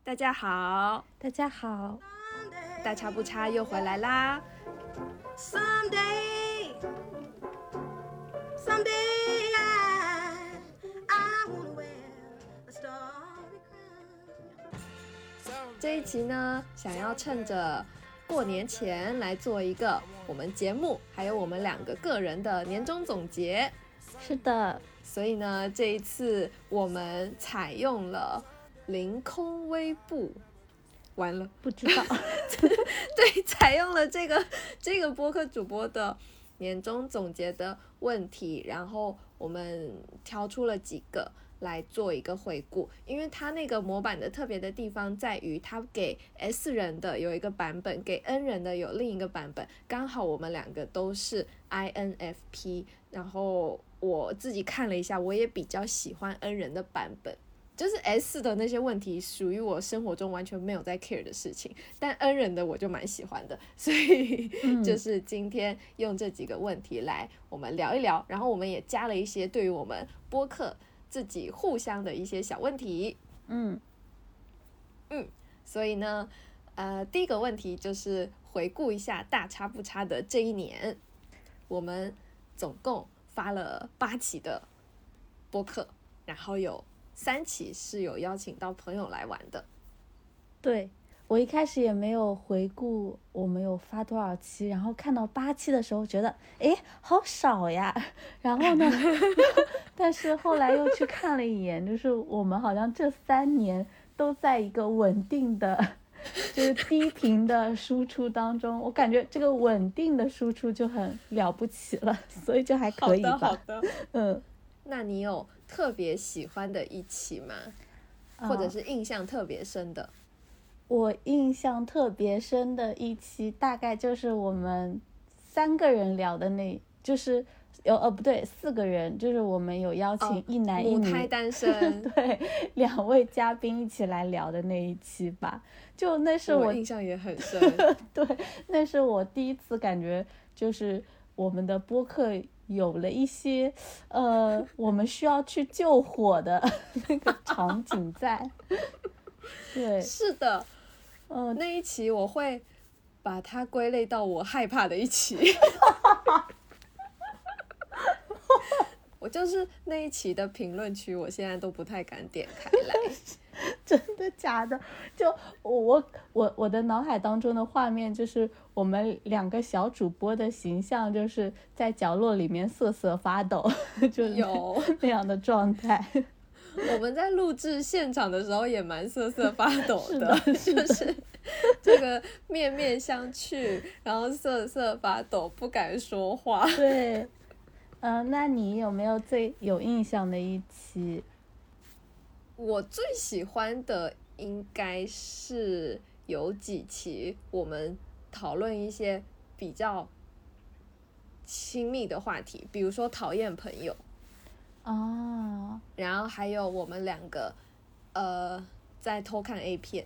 大家好， 大家好， 大差不差又回来啦。 Someday I wanna wear a starry crown. 这一期呢，想要趁着过年前来做一个我们节目还有我们两个个人的年终总结。 是的， 所以呢，这一次我们采用了凌空微步，完了不知道对，采用了这个播客主播的年终总结的问题，然后我们挑出了几个来做一个回顾。因为它那个模板的特别的地方在于，它给 S 人的有一个版本，给 N 人的有另一个版本，刚好我们两个都是 INFP， 然后我自己看了一下，我也比较喜欢 N 人的版本。就是 S 的那些问题属于我生活中完全没有在 care 的事情，但 N 人的我就蛮喜欢的，所以就是今天用这几个问题来我们聊一聊，然后我们也加了一些对于我们播客自己互相的一些小问题。所以呢第一个问题就是回顾一下大差不差的这一年，我们总共发了8期的播客，然后有3期是有邀请到朋友来玩的。 对，我一开始也没有回顾我们有发多少期，然后看到8期的时候觉得好少呀，然后呢但是后来又去看了一眼，就是我们好像这3年都在一个稳定的就是低频的输出当中，我感觉这个稳定的输出就很了不起了，所以就还可以吧。 好的。那你有特别喜欢的一期吗？或者是印象特别深的？ 我印象特别深的一期大概就是我们3个人聊的就是不对，4个人，就是我们有邀请一男一女母胎单身对，2位嘉宾一起来聊的那一期吧，就那是我印象也很深对，那是我第一次感觉就是我们的播客有了一些我们需要去救火的那个场景在对， 是的，那一期我会把它归类到我害怕的一期我就是那一期的评论区我现在都不太敢点开来真的假的？就我的脑海当中的画面就是我们2个小主播的形象就是在角落里面瑟瑟发抖就是有那样的状态。 我们在录制现场的时候也蛮瑟瑟发抖的就是这个面面相觑，然后瑟瑟发抖，不敢说话。 对，那你有没有最有印象的一期？ 我最喜欢的应该是有几期我们讨论一些比较亲密的话题，比如说讨厌朋友然后还有我们2个在偷看 A 片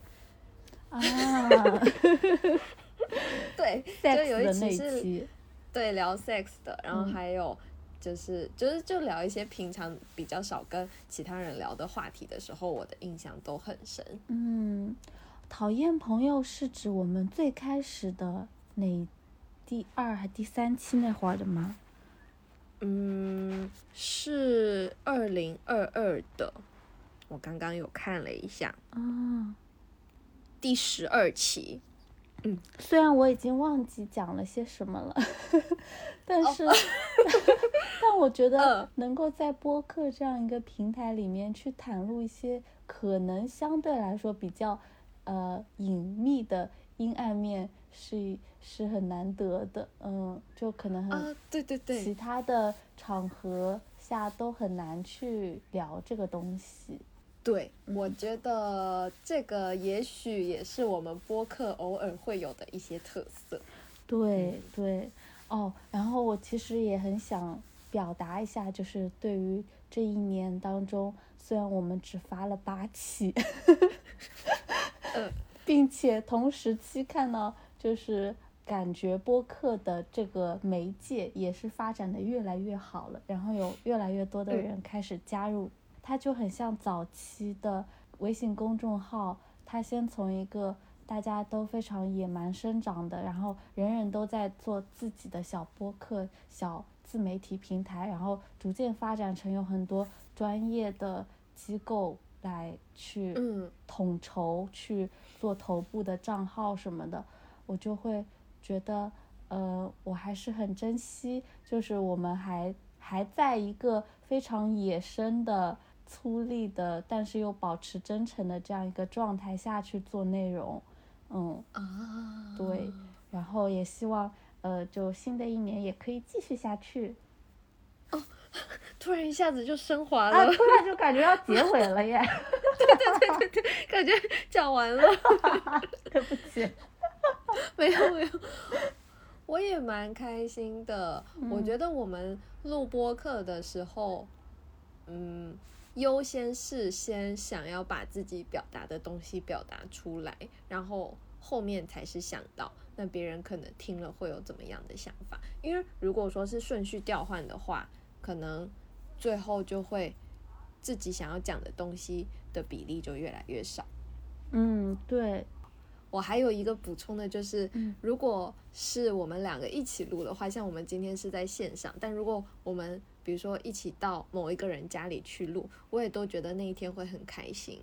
对，就有一期是对聊 sex 的，然后还有就聊一些平常比较少跟其他人聊的话题的时候，我的印象都很深。 讨厌朋友是指我们最开始的第2还第3期那会儿的吗？ 是2022的，我刚刚有看了一下第12期。 虽然我已经忘记讲了些什么了但是但我觉得能够在播客这样一个平台里面去袒露一些可能相对来说比较隐秘的阴暗面是很难得的，就可能对其他的场合下都很难去聊这个东西。 对，我觉得这个也许也是我们播客偶尔会有的一些特色。 对然后我其实也很想表达一下，就是对于这一年当中，虽然我们只发了8期并且同时期看到就是感觉播客的这个媒介也是发展的越来越好了，然后有越来越多的人开始加入，它就很像早期的微信公众号，它它先从一个大家都非常野蛮生长的，然后人人都在做自己的小播客、小自媒体平台，然后逐渐发展成有很多专业的机构来去统筹、去做头部的账号什么的，我就会觉得我还是很珍惜，就是我们还在一个非常野生的粗粝的，但是又保持真诚的这样一个状态下去做内容。对，然后也希望就新的一年也可以继续下去。 突然一下子就升华了， 突然就感觉要结尾了耶。 对，感觉讲完了。 对不起。 没有，我也蛮开心的。我觉得我们录播客的时候，优先是先想要把自己表达的东西表达出来，然后后面才是想到那别人可能听了会有怎么样的想法。因为如果说是顺序调换的话，可能最后就会自己想要讲的东西的比例就越来越少。 对。 我还有一个补充的就是，如果是我们两个一起录的话，像我们今天是在线上，但如果我们比如说一起到某一个人家里去录，我也都觉得那一天会很开心。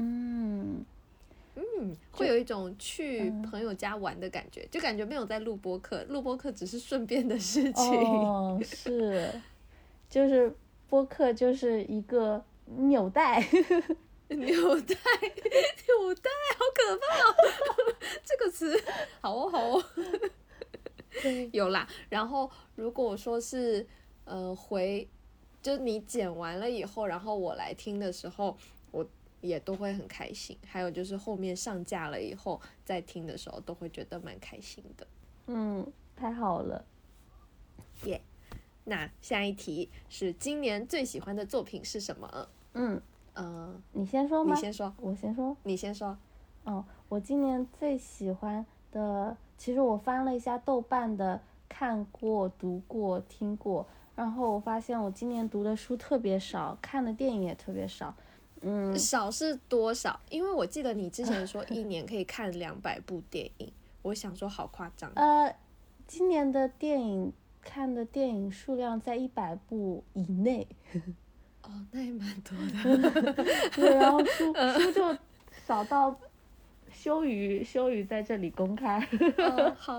会有一种去朋友家玩的感觉，就感觉没有在录播客，录播客只是顺便的事情。 是，就是播客就是一个纽带。 纽带，好可怕哦！这个词，好哦。有啦。然后如果说是就你剪完了以后，然后我来听的时候，我也都会很开心。还有就是后面上架了以后再听的时候，都会觉得蛮开心的。 太好了。 耶。那下一题是今年最喜欢的作品是什么？ 你先说吗？ 你先说。 我先说。 你先说。 我今年最喜欢的，其实我翻了一下豆瓣的看过、读过、听过，然后我发现我今年读的书特别少，看的电影也特别少。 少是多少？因为我记得你之前说一年可以看200部电影，我想说好夸张。 今年的看的电影数量在100部以内。 那也蛮多的。 对，然后书就少到羞于在这里公开。 好。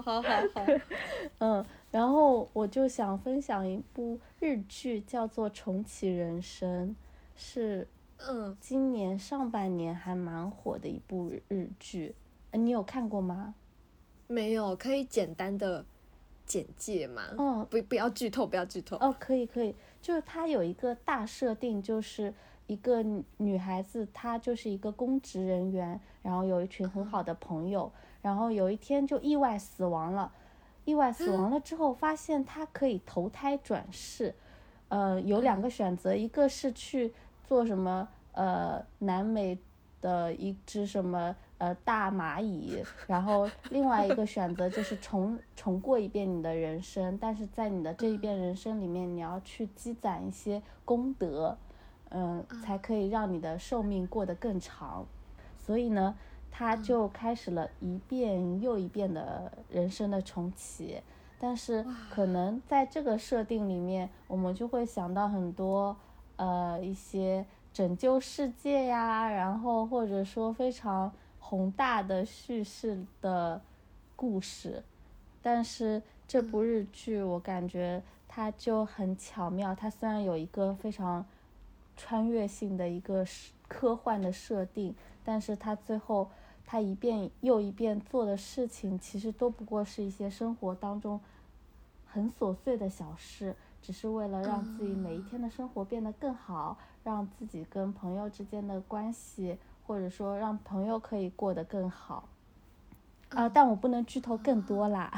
然后我就想分享一部日剧，叫做《重启人生》，是今年上半年还蛮火的一部日剧。你有看过吗？ 没有，可以简单的简介吗？不要剧透，不要剧透。 可以，就是它有一个大设定，就是一个女孩子，她就是一个公职人员，然后有一群很好的朋友，然后有一天就意外死亡了之后，发现她可以投胎转世。有2个选择，一个是去做什么南美的一只什么大蚂蚁，然后另外一个选择就是重过一遍你的人生，但是在你的这一遍人生里面，你要去积攒一些功德，才可以让你的寿命过得更长。所以呢，他就开始了一遍又一遍的人生的重启。但是可能在这个设定里面，我们就会想到很多一些拯救世界呀，然后或者说非常宏大的叙事的故事。但是这部日剧我感觉它就很巧妙，它虽然有一个非常穿越性的一个科幻的设定，但是它最后他一遍又一遍做的事情，其实都不过是一些生活当中很琐碎的小事，只是为了让自己每一天的生活变得更好，让自己跟朋友之间的关系，或者说让朋友可以过得更好。但我不能剧透更多啦。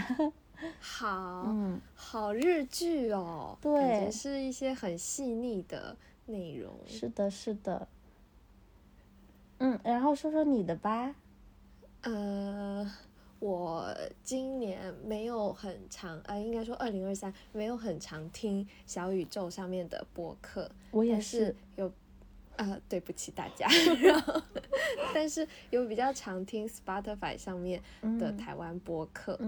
好日剧哦。 对， 感觉是一些很细腻的内容。 是的。然后说说你的吧。 我今年没有很常，应该说2023没有很常听小宇宙上面的播客。 我也是。 对不起大家。然后，但是有比较常听 Spotify 上面的台湾播客，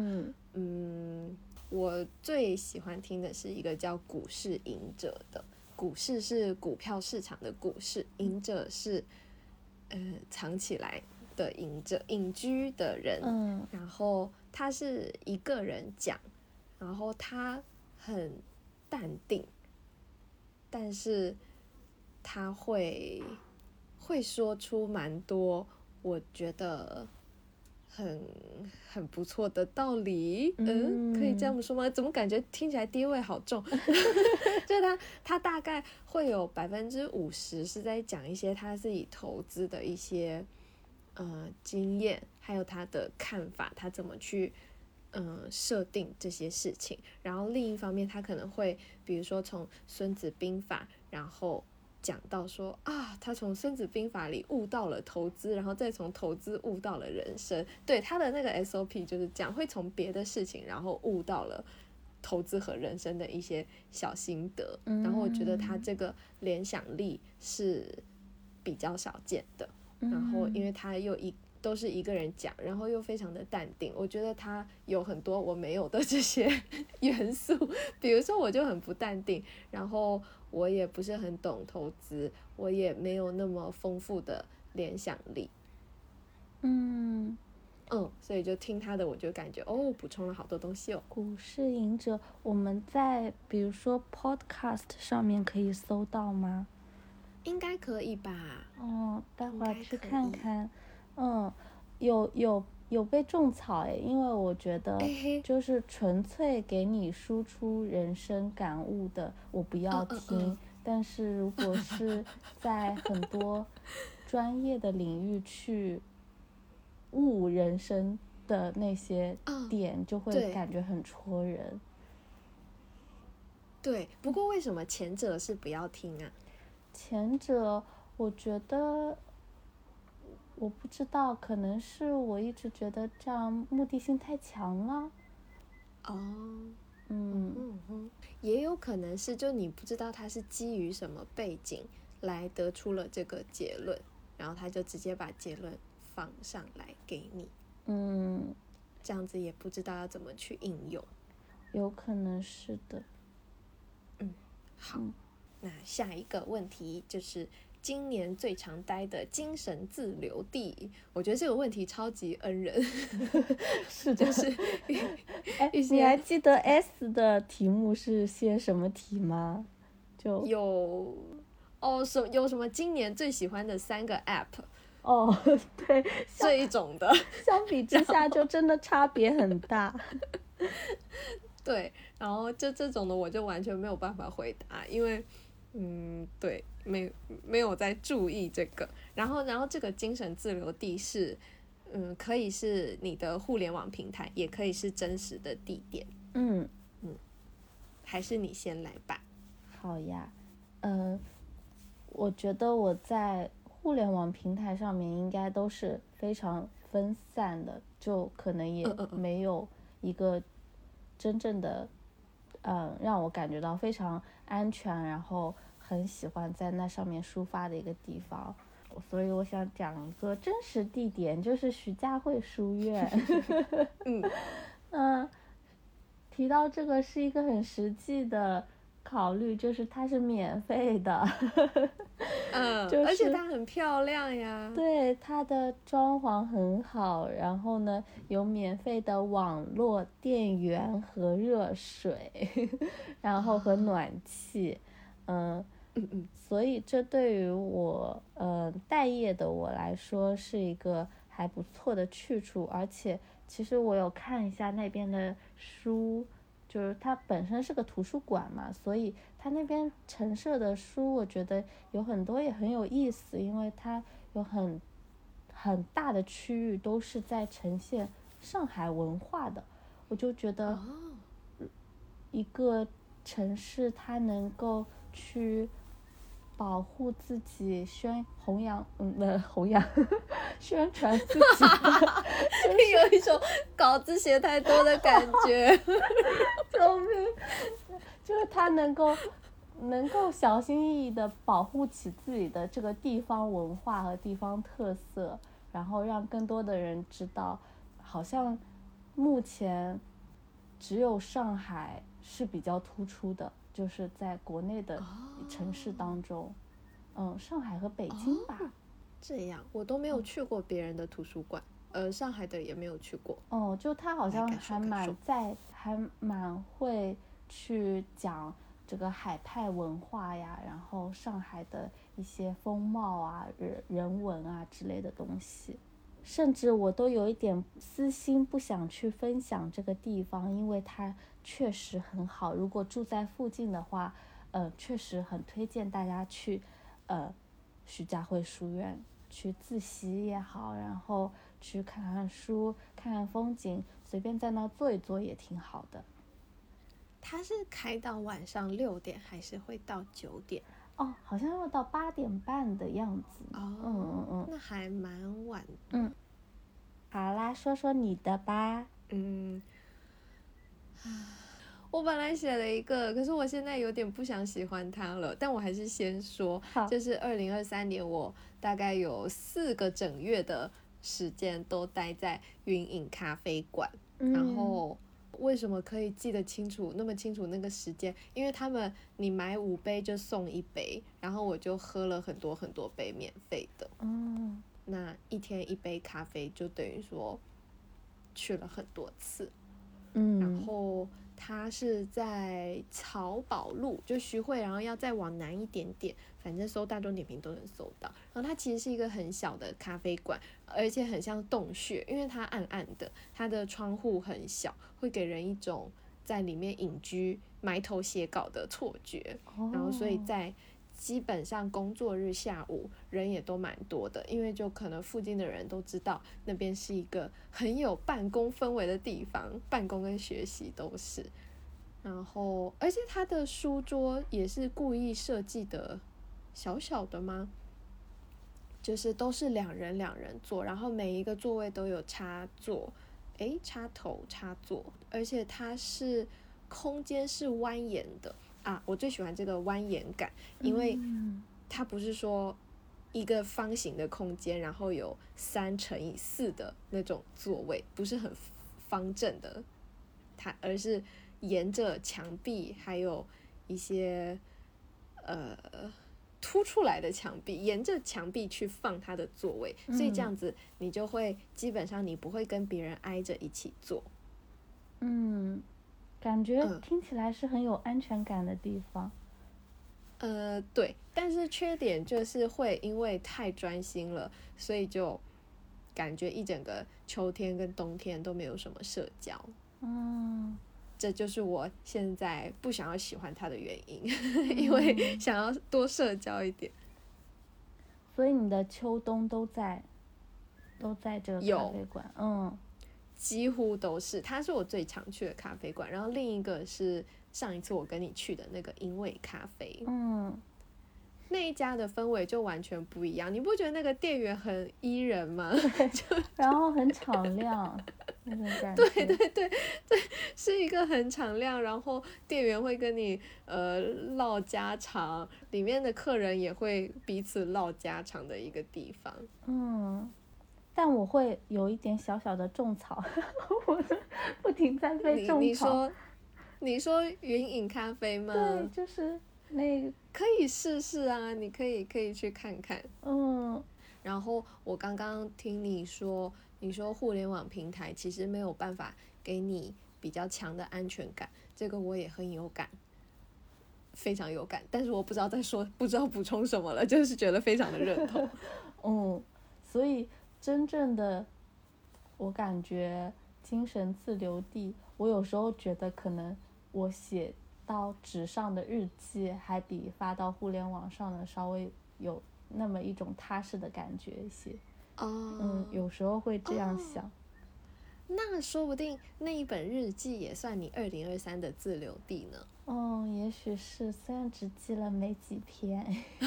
我最喜欢听的是一个叫股市赢者的，股市是股票市场的股市，赢者是藏起来的赢者，隐居的人，然后他是一个人讲，然后他很淡定，但是他会说出蛮多我觉得很不错的道理，可以这么说吗？怎么感觉听起来地位好重？就是他大概会有50%是在讲一些他自己投资的一些经验，还有他的看法，他怎么去设定这些事情。然后另一方面，他可能会比如说从孙子兵法，然后讲到说他从孙子兵法里悟到了投资，然后再从投资悟到了人生。对，他的那个 SOP 就是这样，会从别的事情然后悟到了投资和人生的一些小心得。然后我觉得他这个联想力是比较少见的，然后因为他又都是一个人讲，然后又非常的淡定，我觉得他有很多我没有的这些元素。比如说我就很不淡定，然后我也不是很懂投资，我也没有那么丰富的联想力，所以就听他的我就感觉补充了好多东西哦。 股市赢者我们在比如说 podcast 上面可以搜到吗？ 应该可以吧。 待会儿去看看。有被种草因为我觉得就是纯粹给你输出人生感悟的我不要听，但是如果是在很多专业的领域去悟人生的那些点，就会感觉很戳人。 对，不过为什么前者是不要听啊？ 前者我觉得我不知道，可能是我一直觉得这样目的性太强了。 也有可能是就你不知道他是基于什么背景来得出了这个结论，然后他就直接把结论放上来给你，这样子也不知道要怎么去应用。 有可能是的。 好，那下一个问题就是今年最常待的精神自留地。我觉得这个问题超级恩人。 是的。就是你还记得 S 的题目是些什么题吗？就有有什么今年最喜欢的3个 app。 对， 这一种的。 相比之下就真的差别很大。 对，然后就这种的我就完全没有办法回答，因为对，没有在注意这个。然后这个精神自留地是可以是你的互联网平台，也可以是真实的地点。还是你先来吧。 好呀。我觉得我在互联网平台上面应该都是非常分散的，就可能也没有一个真正的让我感觉到非常安全，然后很喜欢在那上面抒发的一个地方。所以我想讲一个真实地点，就是徐家汇书院。提到这个是一个很实际的考虑，就是它是免费的。 而且它很漂亮呀。 对，它的装潢很好，然后呢有免费的网络电源和热水，然后和暖气。所以这对于我待业的我来说是一个还不错的去处。而且其实我有看一下那边的书，就是它本身是个图书馆嘛，所以它那边陈设的书我觉得有很多也很有意思，因为它有很大的区域都是在呈现上海文化的。我就觉得一个城市它能够去保护自己，宣传自己有一种稿子写太多的感觉。 救命！就是他能够能够小心翼翼地保护起自己的这个地方文化和地方特色，然后让更多的人知道，好像目前只有上海是比较突出的，就是在国内的城市当中，上海和北京吧。 这样我都没有去过别人的图书馆，上海的也没有去过。 就他好像来感受还蛮会去讲这个海派文化呀，然后上海的一些风貌啊、人文啊之类的东西。甚至我都有一点私心不想去分享这个地方，因为它确实很好。如果住在附近的话，确实很推荐大家去，徐家汇书院去自习也好，然后去看看书、看看风景，随便在那坐一坐也挺好的。 它是开到晚上6点，还是会到9点？ 好像要到8点半的样子。 那还蛮晚。 好啦，说说你的吧。 我本来写了一个，可是我现在有点不想喜欢它了，但我还是先说，就是2023年我大概有4个整月的时间都待在云隐咖啡馆，然后为什么可以记得那么清楚那个时间？因为他们你买5杯就送1杯，然后我就喝了很多很多杯免费的。那1天1杯咖啡就等于说去了很多次。然后它是在漕宝路，就徐汇，然后要再往南一点点，反正搜大众点评都能搜到。然后它其实是一个很小的咖啡馆，而且很像洞穴，因为它暗暗的，它的窗户很小，会给人一种在里面隐居、埋头写稿的错觉。然后所以在基本上工作日下午人也都蛮多的，因为就可能附近的人都知道那边是一个很有办公氛围的地方，办公跟学习都是。然后而且它的书桌也是故意设计的小小的吗？就是都是两人坐，然后每一个座位都有插座，插头插座，而且它是空间是蜿蜒的啊，我最喜欢这个蜿蜒感，因为它不是说一个方形的空间，然后有3×4的那种座位，不是很方正的，它而是沿着墙壁还有一些凸出来的墙壁，沿着墙壁去放它的座位，所以这样子你就会基本上你不会跟别人挨着一起坐。 感觉听起来是很有安全感的地方。 对，但是缺点就是会因为太专心了，所以就感觉一整个秋天跟冬天都没有什么社交。这就是我现在不想要喜欢它的原因，因为想要多社交一点。 所以你的秋冬都在这个咖啡馆？ 几乎都是，它是我最常去的咖啡馆，然后另一个是上一次我跟你去的那个因为咖啡。那一家的氛围就完全不一样，你不觉得那个店员很依人吗？ 然后很敞亮那种感觉。 对，是一个很敞亮，然后店员会跟你唠家常，里面的客人也会彼此唠家常的一个地方。 但我会有一点小小的种草，我不停在被种草。 你说云隐咖啡吗？ 对，就是那个可以试试啊，你可以去看看。然后我刚刚听你说互联网平台其实没有办法给你比较强的安全感，这个我也很有感，非常有感，但是我不知道不知道补充什么了，就是觉得非常的认同。 所以真正的我感觉精神自留地，我有时候觉得可能我写到纸上的日记还比发到互联网上的稍微有那么一种踏实的感觉一些。有时候会这样想。 那说不定那一本日记也算你2023的自留地呢。 也许是，虽然只记了没几篇。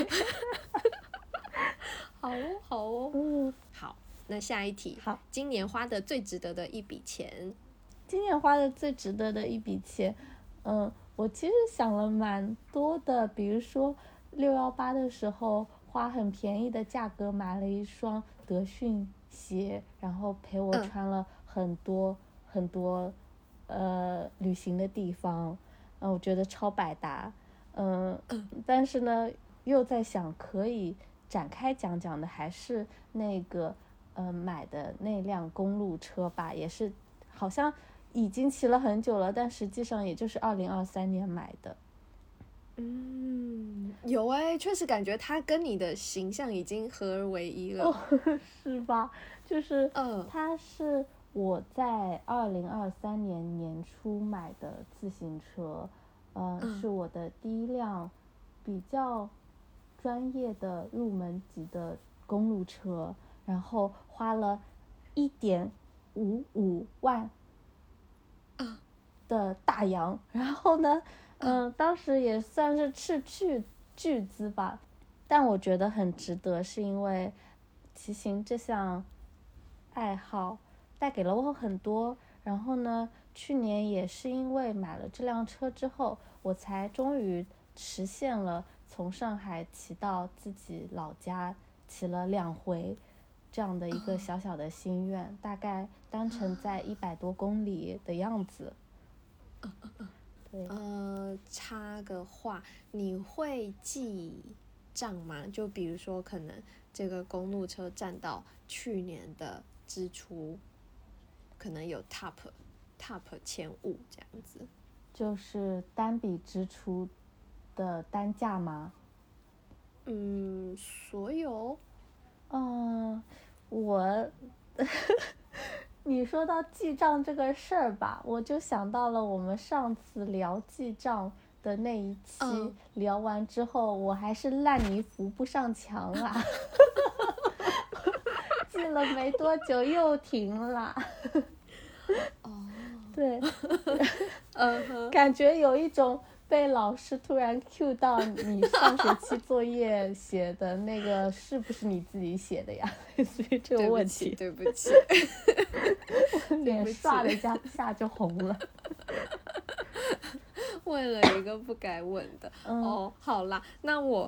好哦。好，那下一题。 好， 今年花的最值得的一笔钱。 今年花的最值得的一笔钱， 我其实想了蛮多的，比如说618的时候，花很便宜的价格买了一双德训鞋，然后陪我穿了很多很多旅行的地方，我觉得超百搭，但是呢，又在想可以展开讲讲的，还是那个买的那辆公路车吧，也是好像已经骑了很久了，但实际上也就是2023年买的。 有哎，确实感觉它跟你的形象已经合而为一了。 是吧？就是它是我在2023年年初买的自行车，是我的第一辆比较专业的入门级的公路车，然后花了1.55万的大洋，然后呢，当时也算是斥巨资吧，但我觉得很值得，是因为骑行这项爱好带给了我很多。然后呢，去年也是因为买了这辆车之后，我才终于实现了从上海骑到自己老家，骑了2回这样的一个小小的心愿，大概单程在100多公里的样子。对， 插个话，你会记账吗？就比如说，可能这个公路车占到去年的支出，可能有 top 前5这样子。 就是单笔支出的单价吗？ 所有。 我你说到记账这个事儿吧，我就想到了我们上次聊记账的那一期，聊完之后我还是烂泥扶不上墙啊，记了没多久又停了。对，感觉有一种被老师突然 cue 到你上学期作业写的那个是不是你自己写的呀？类似于这个问题。 对不起， 脸唰的一下就红了。 问了一个不该问的。好啦，那我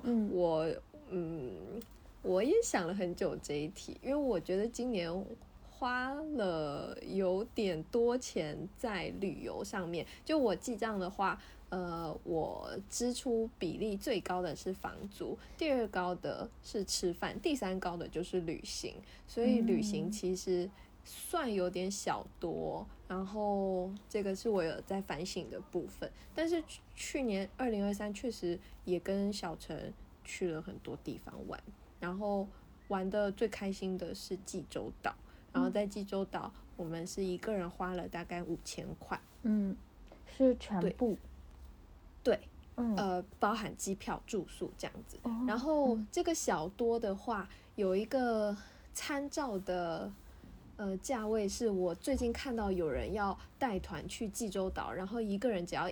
也想了很久这一题，因为我觉得今年花了有点多钱在旅游上面。就我记账的话，我支出比例最高的是房租，第2高的是吃饭，第3高的就是旅行。所以旅行其实算有点小多，然后这个是我有在反省的部分。但是去年2023确实也跟小陈去了很多地方玩，然后玩的最开心的是济州岛。然后在济州岛，我们是一个人花了大概5000块。 是全部。 对，包含机票、住宿这样子。然后这个小多的话，有一个参照的价位，是我最近看到有人要带团去济州岛，然后一个人只要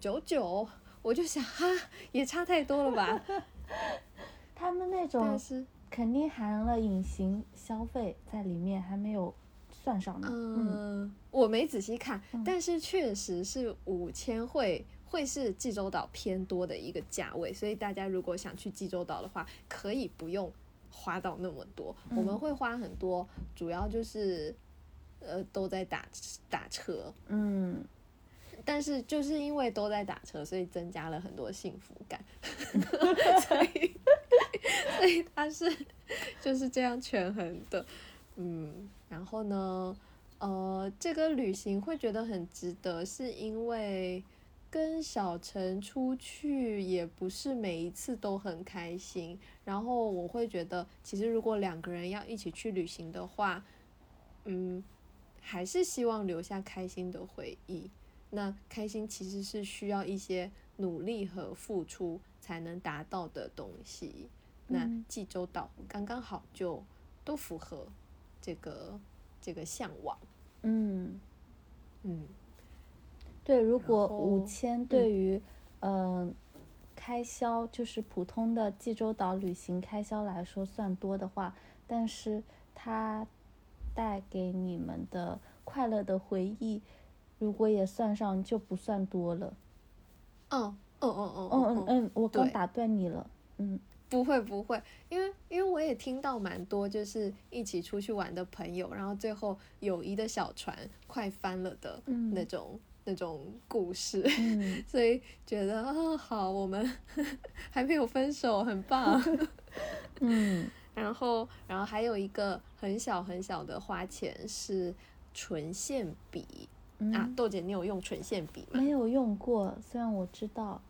1999，我就想哈，也差太多了吧。 他们那种肯定含了隐形消费在里面，还没有算上呢。 我没仔细看，但是确实是5000会是济州岛偏多的一个价位，所以大家如果想去济州岛的话，可以不用花到那么多。我们会花很多，主要就是都在打车。但是就是因为都在打车，所以增加了很多幸福感。所以它是就是这样权衡的。然后呢，这个旅行会觉得很值得，是因为跟小陈出去也不是每一次都很开心，然后我会觉得其实如果2个人要一起去旅行的话，还是希望留下开心的回忆。那开心其实是需要一些努力和付出才能达到的东西。那济州岛刚刚好就都符合这个向往。 对，如果5000对于开销，就是普通的济州岛旅行开销来说算多的话，但是它带给你们的快乐的回忆，如果也算上就不算多了。 哦哦哦哦哦， 我刚对打断你了。 不会不会，因为我也听到蛮多就是一起出去玩的朋友，然后最后友谊的小船快翻了的那种故事，所以觉得好，我们还没有分手，很棒。然后还有一个很小很小的花钱是唇线笔。豆姐，你有用唇线笔吗？ 没有用过，虽然我知道。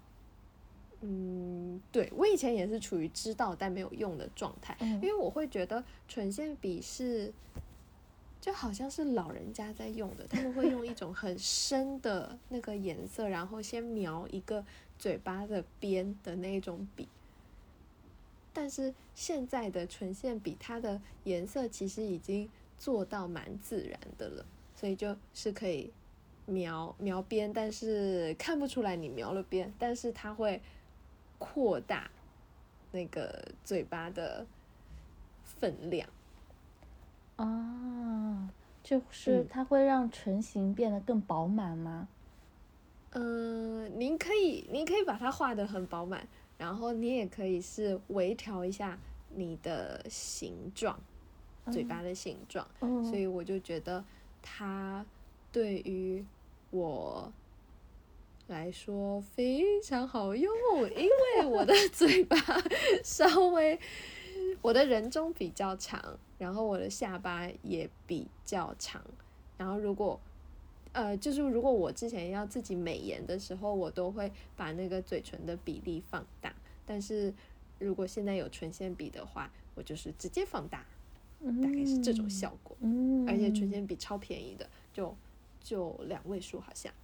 对，我以前也是处于知道但没有用的状态，因为我会觉得唇线笔是就好像是老人家在用的，他们会用一种很深的那个颜色，然后先描一个嘴巴的边的那种笔。但是现在的唇线笔，它的颜色其实已经做到蛮自然的了，所以就是可以描边，但是看不出来你描了边，但是它会扩大那个嘴巴的分量。 就是它会让唇形变得更饱满吗？ 您可以把它画得很饱满，然后你也可以是微调一下你的形状，嘴巴的形状。所以我就觉得它对于我来说非常好用，因为我的嘴巴稍微，我的人中比较长，然后我的下巴也比较长，然后就是如果我之前要自己美颜的时候，我都会把那个嘴唇的比例放大，但是如果现在有唇线笔的话，我就是直接放大，大概是这种效果。而且唇线笔超便宜的，就2位数好像。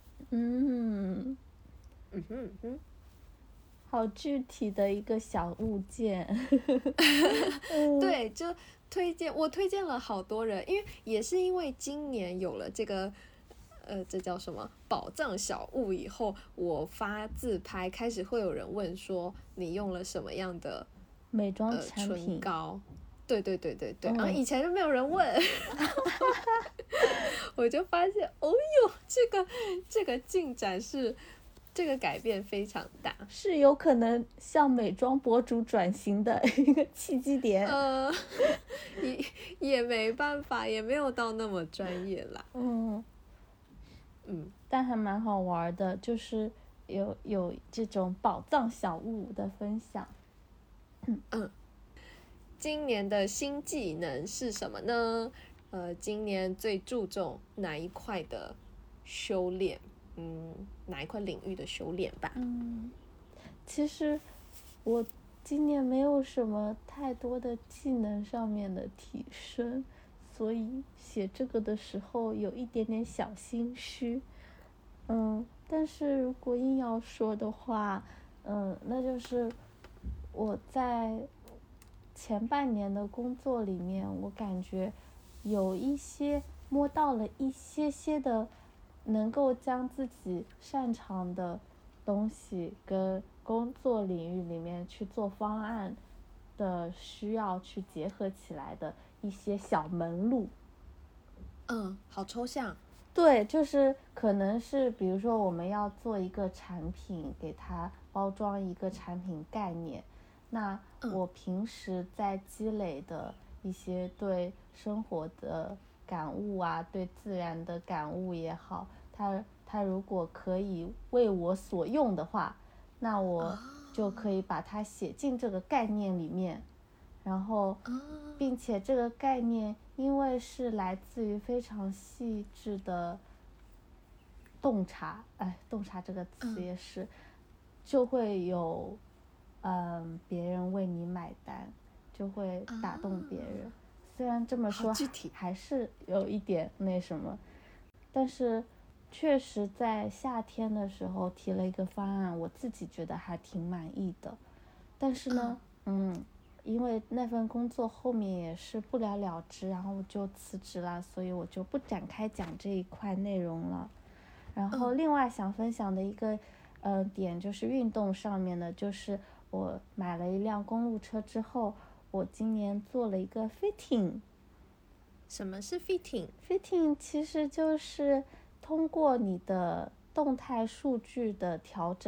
好具体的一个小物件。 对，就我推荐了好多人，因为也是因为今年有了这个这叫什么宝藏小物以后，我发自拍开始会有人问说你用了什么样的美妆产品唇膏。对，然后以前就没有人问。我就发现哦哟，这个进展是这个改变非常大， 是有可能向美妆博主转型的一个契机点。 也没办法，也没有到那么专业啦。 但还蛮好玩的，就是有这种宝藏小物的分享。 今年的新技能是什么呢？今年最注重哪一块的修炼？哪一块领域的修炼吧？ 其实我今年没有什么太多的技能上面的提升，所以写这个的时候有一点点小心虚。但是如果硬要说的话，那就是我在前半年的工作里面，我感觉有一些摸到了一些些的能够将自己擅长的东西跟工作领域里面去做方案的需要去结合起来的一些小门路。 好抽象。 对，就是可能是比如说我们要做一个产品，给它包装一个产品概念，那我平时在积累的一些对生活的感悟啊，对自然的感悟也好，它如果可以为我所用的话，那我就可以把它写进这个概念里面。然后并且这个概念因为是来自于非常细致的洞察，洞察这个词也是，就会有别人为你买单，就会打动别人。虽然这么说还是有一点那什么，但是确实在夏天的时候提了一个方案，我自己觉得还挺满意的。但是呢因为那份工作后面也是不了了之，然后我就辞职了，所以我就不展开讲这一块内容了。然后另外想分享的一个点就是运动上面的，就是我买了一辆公路车之后，我今年做了一个 fitting。 什么是 fitting？ 其实就是通过你的动态数据的调整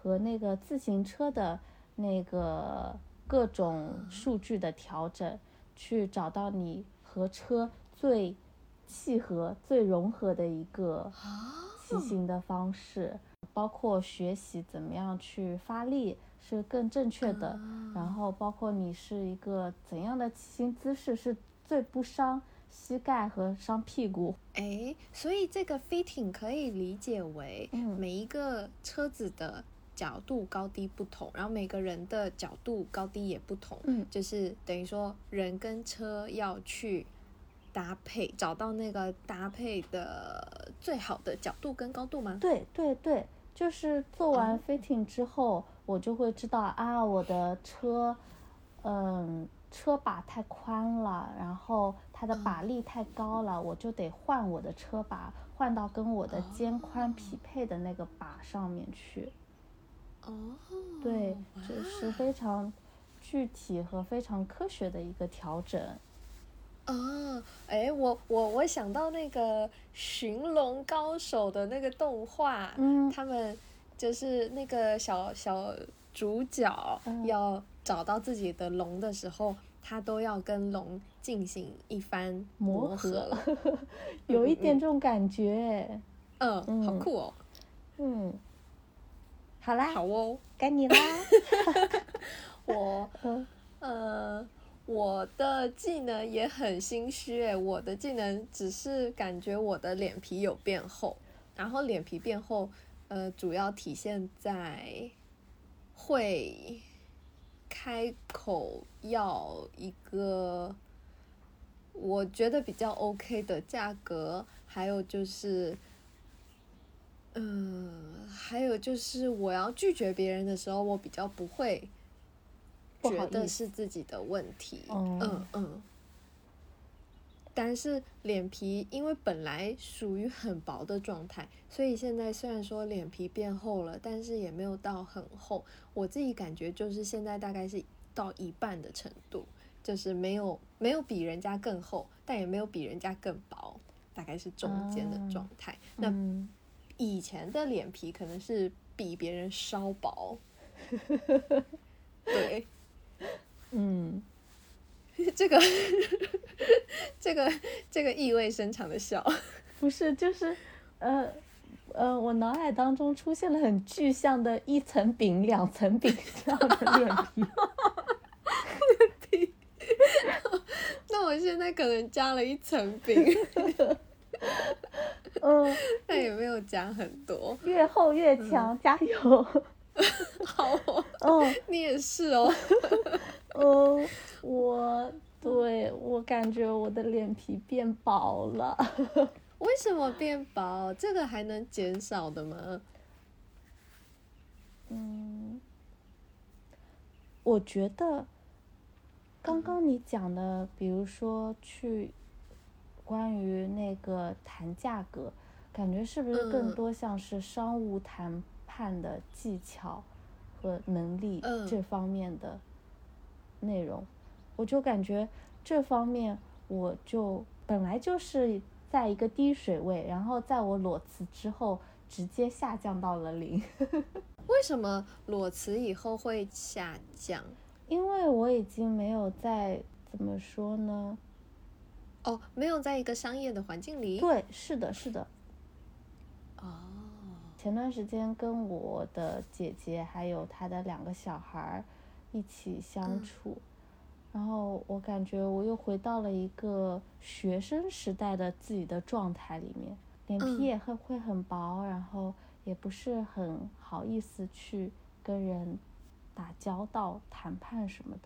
和那个自行车的那个各种数据的调整，去找到你和车最契合、最融合的一个骑行的方式，包括学习怎么样去发力是更正确的，然后包括你是一个怎样的骑行姿势是最不伤膝盖和伤屁股。 所以这个 fitting 可以理解为每一个车子的角度高低不同，然后每个人的角度高低也不同，就是等于说人跟车要去搭配，找到那个搭配的最好的角度跟高度吗？ 对对对，就是做完 fitting 之后，我就会知道啊，我的车，车把太宽了，然后它的把力太高了，我就得换我的车把，换到跟我的肩宽匹配的那个把上面去。对，这是非常具体和非常科学的一个调整。 我想到那个寻龙高手的那个动画，他们就是那个小主角要找到自己的龙的时候，他都要跟龙进行一番磨合， 有一点这种感觉。 好酷哦。 好啦， 好哦， 该你啦。 我的技能也很心虚我的技能只是感觉我的脸皮有变厚，然后脸皮变厚，主要体现在会开口要一个我觉得比较 OK 的价格，还有就是我要拒绝别人的时候，我比较不会觉得是自己的问题。但是脸皮因为本来属于很薄的状态，所以现在虽然说脸皮变厚了，但是也没有到很厚。我自己感觉就是现在大概是到一半的程度，就是没有比人家更厚，但也没有比人家更薄，大概是中间的状态。那以前的脸皮可能是比别人稍薄。对，这个意味深长的笑。 不是，就是我脑海当中出现了很具象的一层饼、两层饼这样的脸皮。 那我现在可能加了一层饼。但也没有加很多。 越厚越强，加油。 好你也是哦。 我感觉我的脸皮变薄了。 为什么变薄？这个还能减少的吗？ 我觉得刚刚你讲的，比如说去关于那个谈价格，感觉是不是更多像是商务谈判的技巧和能力这方面的内容？我就感觉这方面我就本来就是在一个低水位，然后在我裸辞之后直接下降到了0。 为什么裸辞以后会下降？ 因为我已经没有在怎么说呢？ 没有在一个商业的环境里。 对，是的。前段时间跟我的姐姐还有她的2个小孩一起相处，然后我感觉我又回到了一个学生时代的自己的状态里面，脸皮也会很薄，然后也不是很好意思去跟人打交道、谈判什么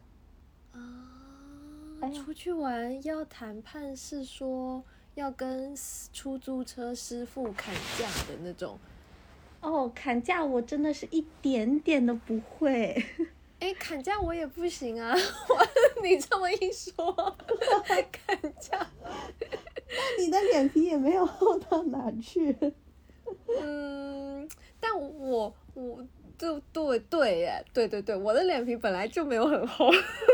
的。 出去玩要谈判是说要跟出租车师傅砍价的那种？ 砍价我真的是一点点都不会。 砍价我也不行啊。你这么一说，砍价， 那你的脸皮也没有厚到哪去。 但我就对耶，对，我的脸皮本来就没有很厚。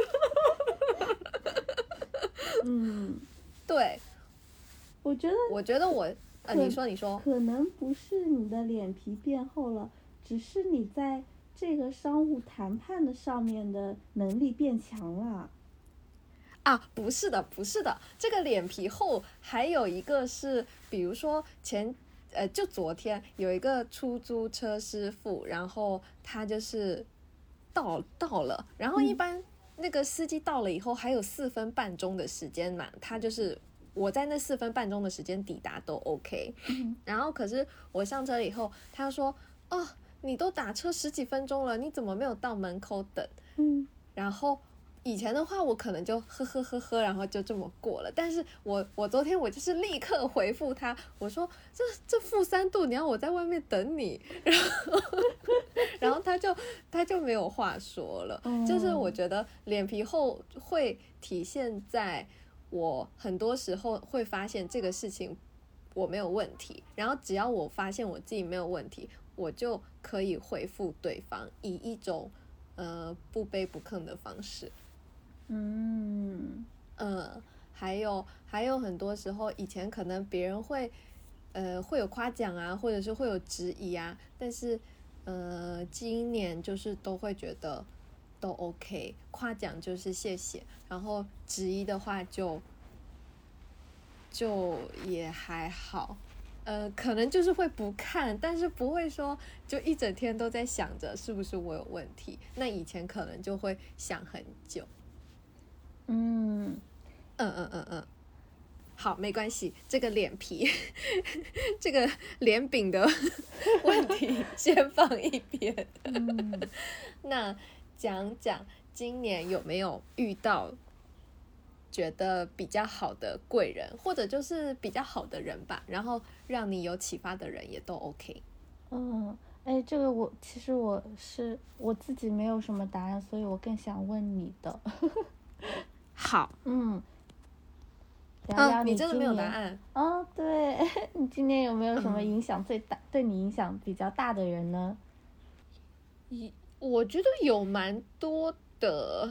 对， 我觉得你说， 可能不是你的脸皮变厚了，只是你在这个商务谈判的上面的能力变强了。 啊，不是的，不是的，这个脸皮厚还有一个是，比如说就昨天有一个出租车师傅，然后他就是到了，然后一般那个司机到了以后还有4分半钟的时间嘛，他就是我在那4分半钟的时间抵达都 OK，然后可是我上车以后，他说哦，你都打车10几分钟了，你怎么没有到门口等？然后以前的话我可能就呵呵呵呵，然后就这么过了，但是我昨天我就是立刻回复他，我说这-3度，你要我在外面等你，然后他就没有话说了，就是我觉得脸皮厚会体现在我很多时候会发现这个事情我没有问题，然后只要我发现我自己没有问题，我就可以回复对方，以一种不卑不亢的方式。还有很多时候，以前可能别人会有夸奖啊，或者是会有质疑啊，但是今年就是都会觉得都 OK， 夸奖就是谢谢，然后质疑的话就也还好。可能就是会不看，但是不会说就一整天都在想着是不是我有问题，那以前可能就会想很久。好，没关系，这个脸皮这个脸饼的问题先放一边。那讲讲今年有没有遇到觉得比较好的贵人，或者就是比较好的人吧，然后让你有启发的人也都 OK。 这个其实我自己没有什么答案，所以我更想问你的。 好， 聊聊你真的没有答案？ 案？ 对，你今年有没有什么影响最大，对你影响比较大的人呢？ 我觉得有蛮多的，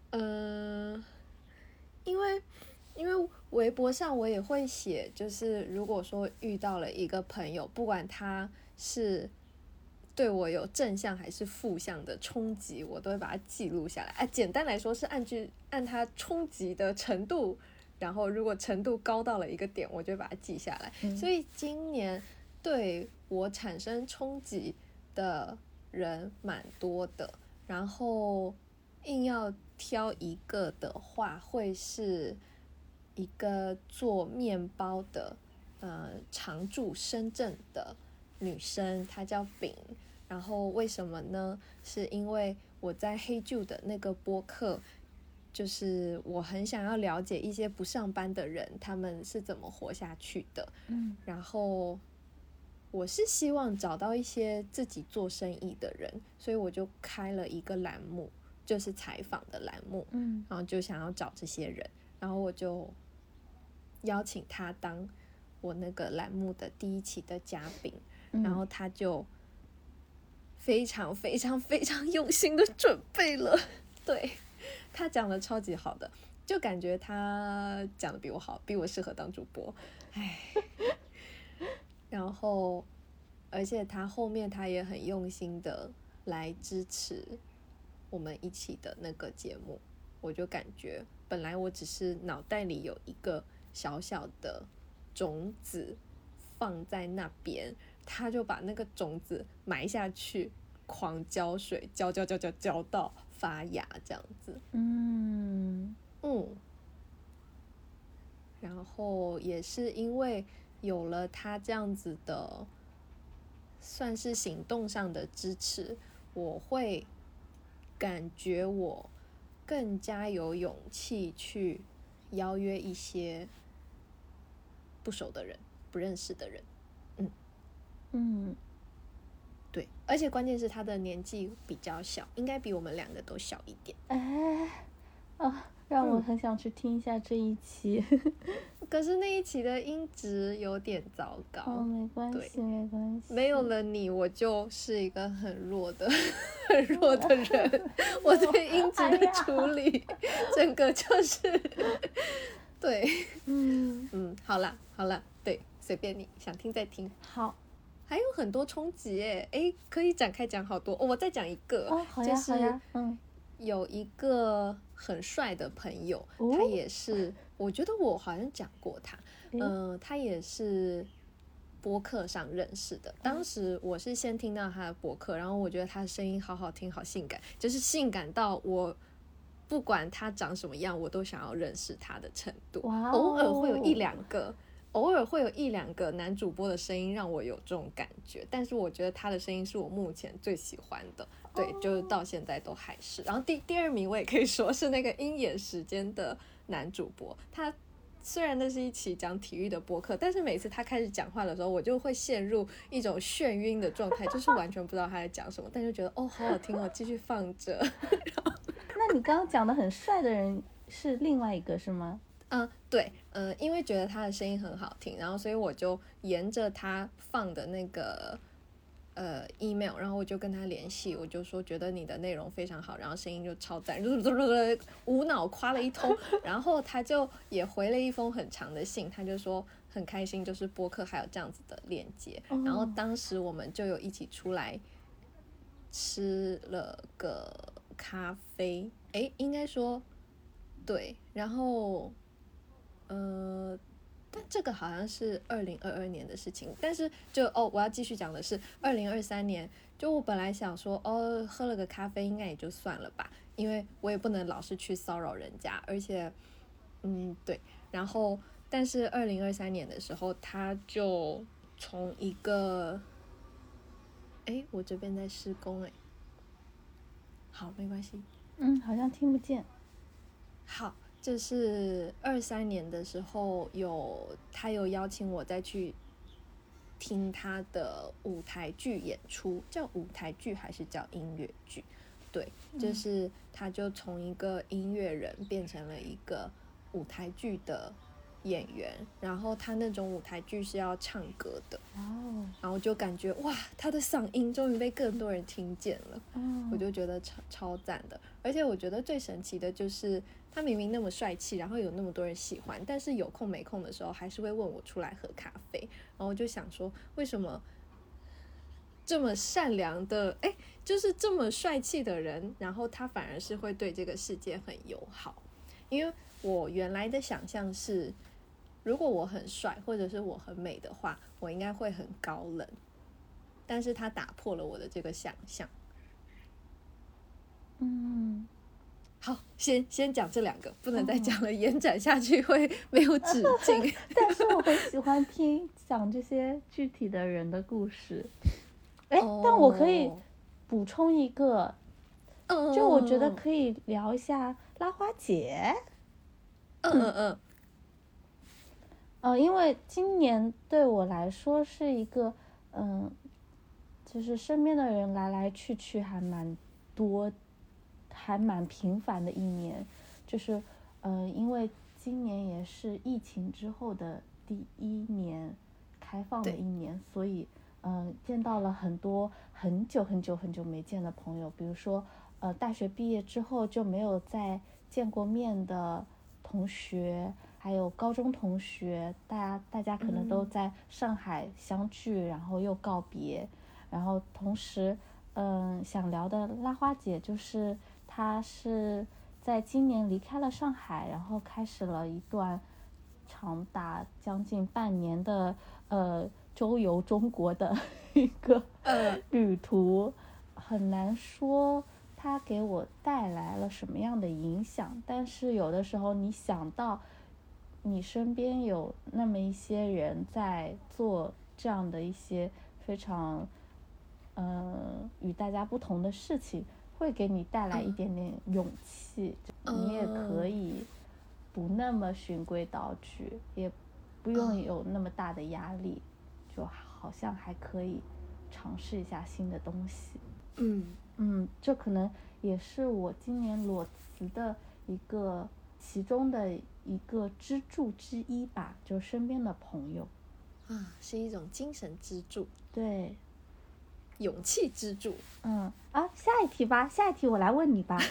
因为微博上我也会写，就是如果说遇到了一个朋友，不管他是对我有正向还是负向的冲击，我都会把它记录下来。简单来说是按它冲击的程度，然后如果程度高到了一个点，我就会把它记下来。所以今年对我产生冲击的人蛮多的，然后硬要挑一个的话，会是一个做面包的常驻深圳的女生，她叫饼。然后为什么呢？是因为我在黑旧的那个播客，就是我很想要了解一些不上班的人他们是怎么活下去的。然后我是希望找到一些自己做生意的人，所以我就开了一个栏目，就是采访的栏目。然后就想要找这些人，然后我就邀请他当我那个栏目的第一期的嘉宾。然后他就非常非常非常用心的准备了，对，他讲的超级好的，就感觉他讲的比我好，比我适合当主播，然后而且他后面他也很用心的来支持我们一起的那个节目，我就感觉本来我只是脑袋里有一个小小的种子放在那边，他就把那个种子埋下去，狂浇水，浇到发芽这样子。然后也是因为有了他这样子的算是行动上的支持，我会感觉我更加有勇气去邀约一些不熟的人、不认识的人。对，而且关键是他的年纪比较小，应该比我们两个都小一点。 让我很想去听一下这一期。 可是那一期的音质有点糟糕。 没关系，没关系。 没有了你，我就是一个很弱的人。我对音质的处理，整个就是对。好啦，对，随便你想听再听。 好， 还有很多冲击耶，哎，可以展开讲好多。我再讲一个， 哦，好呀， 就是好呀， 有一个很帅的朋友，他也是，我觉得我好像讲过他，他也是播客上认识的。当时我是先听到他的播客，然后我觉得他的声音好好听，好性感，就是性感到我不管他长什么样，我都想要认识他的程度。偶尔会有一两个男主播的声音让我有这种感觉，但是我觉得他的声音是我目前最喜欢的，对，就是到现在都还是。然后第二名我也可以说是那个鹰眼时间的男主播，他虽然那是一期讲体育的播客，但是每次他开始讲话的时候，我就会陷入一种眩晕的状态，就是完全不知道他在讲什么，但就觉得哦好好听哦，继续放着。 那你刚刚讲的很帅的人是另外一个是吗？ 对，因为觉得他的声音很好听，然后所以我就沿着他放的那个email， 然后我就跟他联系，我就说觉得你的内容非常好，然后声音就超赞，无脑夸了一通，然后他就也回了一封很长的信，他就说很开心，就是播客还有这样子的链接，然后当时我们就有一起出来吃了个咖啡，应该说对，然后但这个好像是2022年的事情，但是我要继续讲的是2023年，就我本来想说喝了个咖啡应该也就算了吧，因为我也不能老是去骚扰人家，而且对，然后但是2023年的时候他就从一个我这边在施工好没关系， 好像听不见。 好，就是23年的时候他有邀请我再去听他的舞台剧演出，叫舞台剧还是叫音乐剧？对，就是他就从一个音乐人变成了一个舞台剧的演员，然后他那种舞台剧是要唱歌的，然后就感觉哇，他的嗓音终于被更多人听见了，我就觉得超赞的。而且我觉得最神奇的就是他明明那么帅气，然后有那么多人喜欢，但是有空没空的时候还是会问我出来喝咖啡，然后我就想说为什么这么善良的就是这么帅气的人，然后他反而是会对这个世界很友好。因为我原来的想象是如果我很帅或者是我很美的话，我应该会很高冷，但是他打破了我的这个想象。好，先讲这两个，不能再讲了，延展下去会没有止境。 但是我很喜欢听讲这些具体的人的故事。但我可以补充一个，就我觉得可以聊一下拉花姐。因为今年对我来说是一个就是身边的人来来去去还蛮多，还蛮频繁的一年，就是因为今年也是疫情之后的第一年开放的一年，所以见到了很多很久没见的朋友，比如说大学毕业之后就没有再见过面的同学，还有高中同学，大家可能都在上海相聚，然后又告别。然后同时想聊的拉花姐就是她是在今年离开了上海，然后开始了一段长达将近半年的周游中国的一个旅途。很难说它给我带来了什么样的影响，但是有的时候你想到你身边有那么一些人在做这样的一些非常与大家不同的事情，会给你带来一点点勇气，你也可以不那么循规蹈矩，也不用有那么大的压力，就好像还可以尝试一下新的东西。这可能也是我今年裸辞的其中的一个支柱之一吧，就身边的朋友是一种精神支柱， 对， 勇气支柱。 下一题吧，下一题我来问你吧。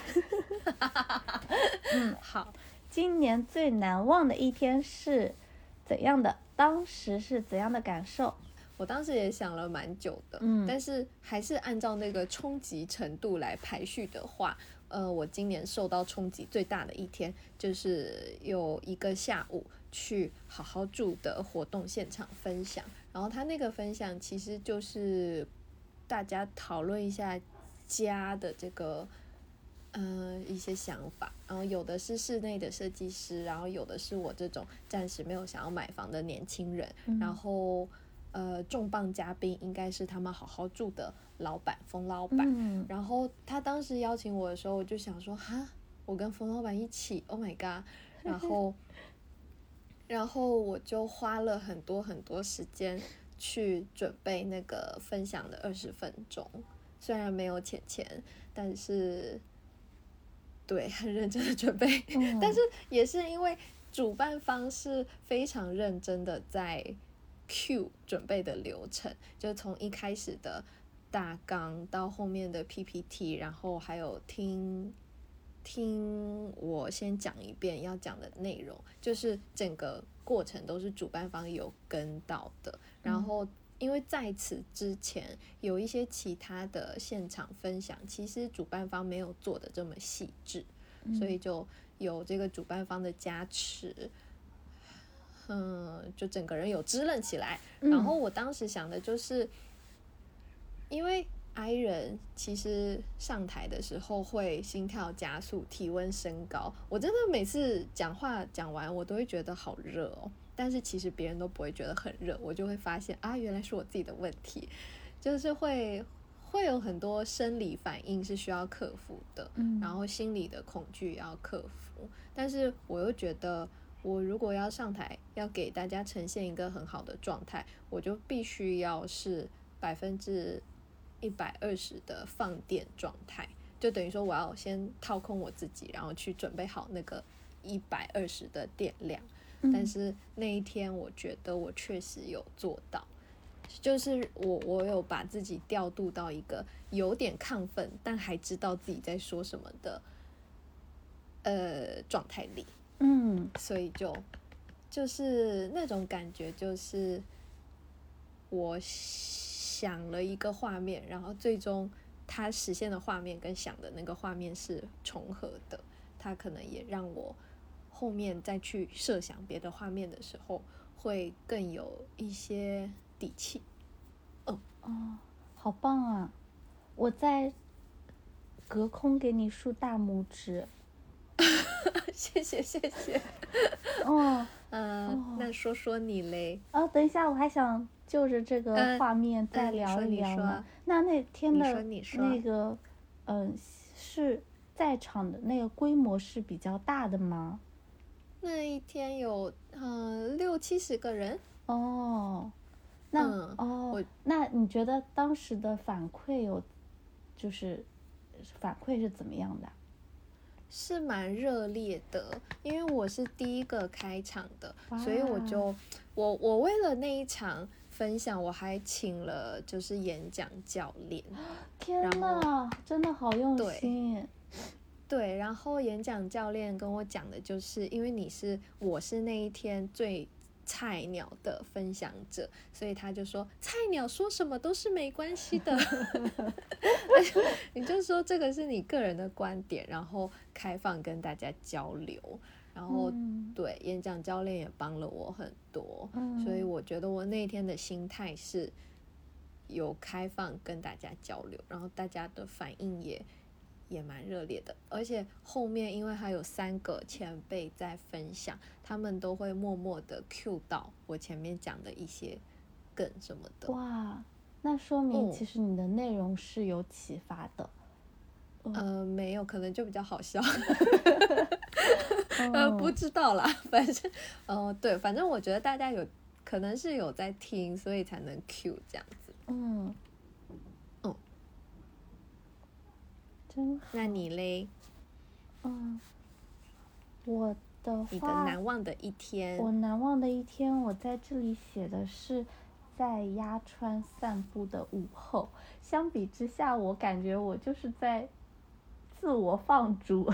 好， 今年最难忘的一天是怎样的？当时是怎样的感受？ 我当时也想了蛮久的，但是还是按照那个冲击程度来排序的话，我今年受到冲击最大的一天，就是有一个下午去好好住的活动现场分享，然后他那个分享其实就是大家讨论一下家的这个一些想法，然后有的是室内的设计师，然后有的是我这种暂时没有想要买房的年轻人，然后重磅嘉宾应该是他们好好住的老板冯老板，然后他当时邀请我的时候，我就想说哈，我跟冯老板一起 ，Oh my god， 然后我就花了很多很多时间去准备那个分享的20分钟，虽然没有钱，但是对很认真的准备，但是也是因为主办方是非常认真的在 Q 准备的流程，就从一开始的大纲到后面的 PPT， 然后还有听我先讲一遍要讲的内容，就是整个过程都是主办方有跟到的，然后因为在此之前有一些其他的现场分享，其实主办方没有做的这么细致，所以就有这个主办方的加持，就整个人有支棱起来。然后我当时想的就是，因为 I 人其实上台的时候会心跳加速、体温升高，我真的每次讲话讲完我都会觉得好热哦，但是其实别人都不会觉得很热，我就会发现啊，原来是我自己的问题，就是会有很多生理反应是需要克服的，然后心理的恐惧也要克服，但是我又觉得我如果要上台要给大家呈现一个很好的状态，我就必须要是120%的放电状态，就等于说我要先掏空我自己，然后去准备好那个120的电量，但是那一天我觉得我确实有做到，就是我有把自己调度到一个有点亢奋但还知道自己在说什么的状态里，所以就是那种感觉，就是我想了一个画面，然后最终它实现的画面跟想的那个画面是重合的，它可能也让我后面再去设想别的画面的时候会更有一些底气。 好棒啊！我在隔空给你竖大拇指。 谢谢。那说说你嘞？ 等一下，我还想就着这个画面再聊一聊呢。那天的那个是在场的那个规模是比较大的吗？ 那一天有60-70个人。 那你觉得当时的反馈反馈是怎么样的？ 是蛮热烈的，因为我是第一个开场的，所以我为了那一场分享，我还请了就是演讲教练。 天哪，真的好用心。 对，然后演讲教练跟我讲的就是，因为我是那一天最菜鸟的分享者，所以他就说菜鸟说什么都是没关系的你就说这个是你个人的观点，然后开放跟大家交流，然后对，演讲教练也帮了我很多，所以我觉得我那天的心态是有开放跟大家交流，然后大家的反应也蛮热烈的，而且后面因为还有3个前辈在分享，他们都会默默的 cue 到我前面讲的一些梗什么的。 哇，那说明其实你的内容是有启发的。 没有，可能就比较好笑不知道啦，反正对，反正我觉得大家可能是有在听，所以才能 cue 这样子。那你嘞？ 我的话， 你的难忘的一天。 我难忘的一天，我在这里写的是在鸭川散步的午后。相比之下，我感觉我就是在自我放逐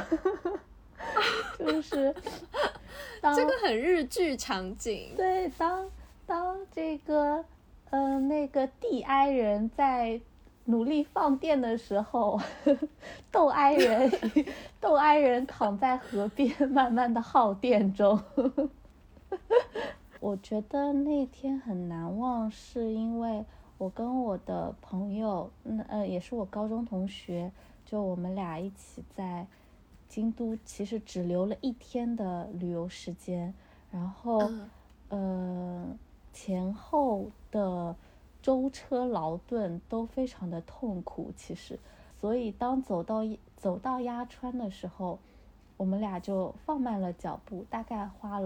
就是这个很日剧场景。 对，当这个那个地埃人在努力放电的时候，斗埃人躺在河边，慢慢的耗电中。我觉得那天很难忘，是因为我跟我的朋友，也是我高中同学，就我们俩一起在京都，其实只留了1天的旅游时间，然后，前后的舟车劳顿都非常的痛苦，其实，所以当走到鸭川的时候，我们俩就放慢了脚步，大概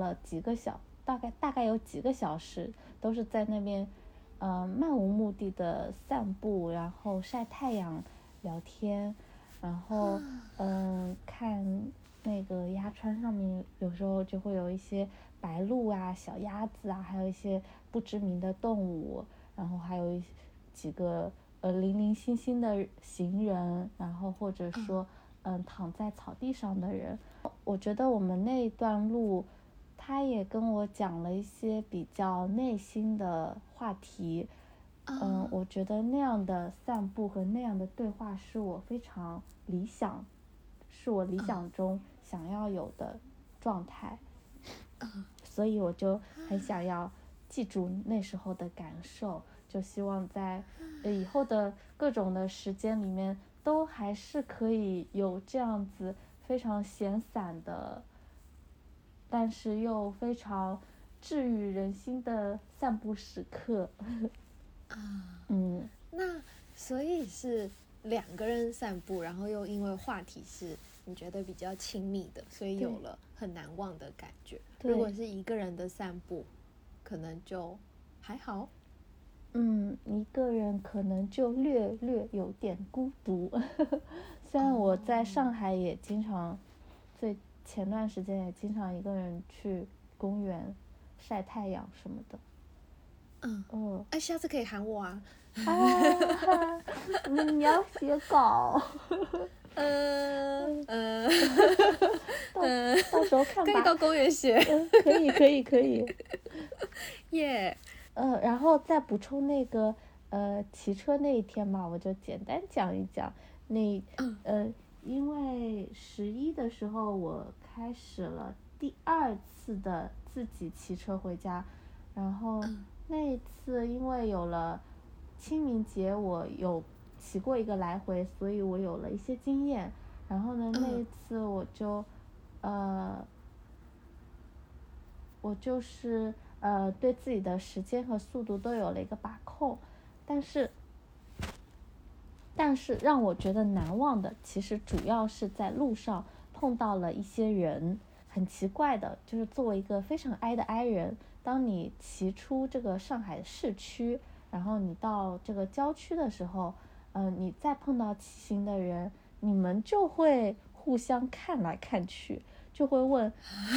有几个小时，都是在那边，漫无目的的散步，然后晒太阳、聊天，然后看那个鸭川上面，有时候就会有一些白鹭啊、小鸭子啊，还有一些不知名的动物，然后还有几个零零星星的行人，然后或者说躺在草地上的人。我觉得我们那一段路，他也跟我讲了一些比较内心的话题。我觉得那样的散步和那样的对话是我理想中想要有的状态。所以我就很想要记住那时候的感受，就希望在以后的各种的时间里面，都还是可以有这样子非常闲散的，但是又非常治愈人心的散步时刻。 那所以是2个人散步，然后又因为话题是你觉得比较亲密的，所以有了很难忘的感觉。如果是1个人的散步，可能就还好。 一个人可能就略略有点孤独。虽然我在上海也经常，前段时间也经常一个人去公园晒太阳什么的。 下次可以喊我啊。 你要写稿。到时候看吧。 可以到公园写。 可以。 耶。 然后再补充那个骑车那一天嘛，我就简单讲一讲。因为11的时候我开始了第2次的自己骑车回家，然后那一次因为有了清明节，我有骑过一个来回，所以我有了一些经验。然后呢，那一次我就是对自己的时间和速度都有了一个把控，但是让我觉得难忘的，其实主要是在路上碰到了一些人。很奇怪的，就是作为一个非常哀的哀人，当你骑出这个上海市区，然后你到这个郊区的时候，你再碰到骑行的人，你们就会互相看来看去，就会问，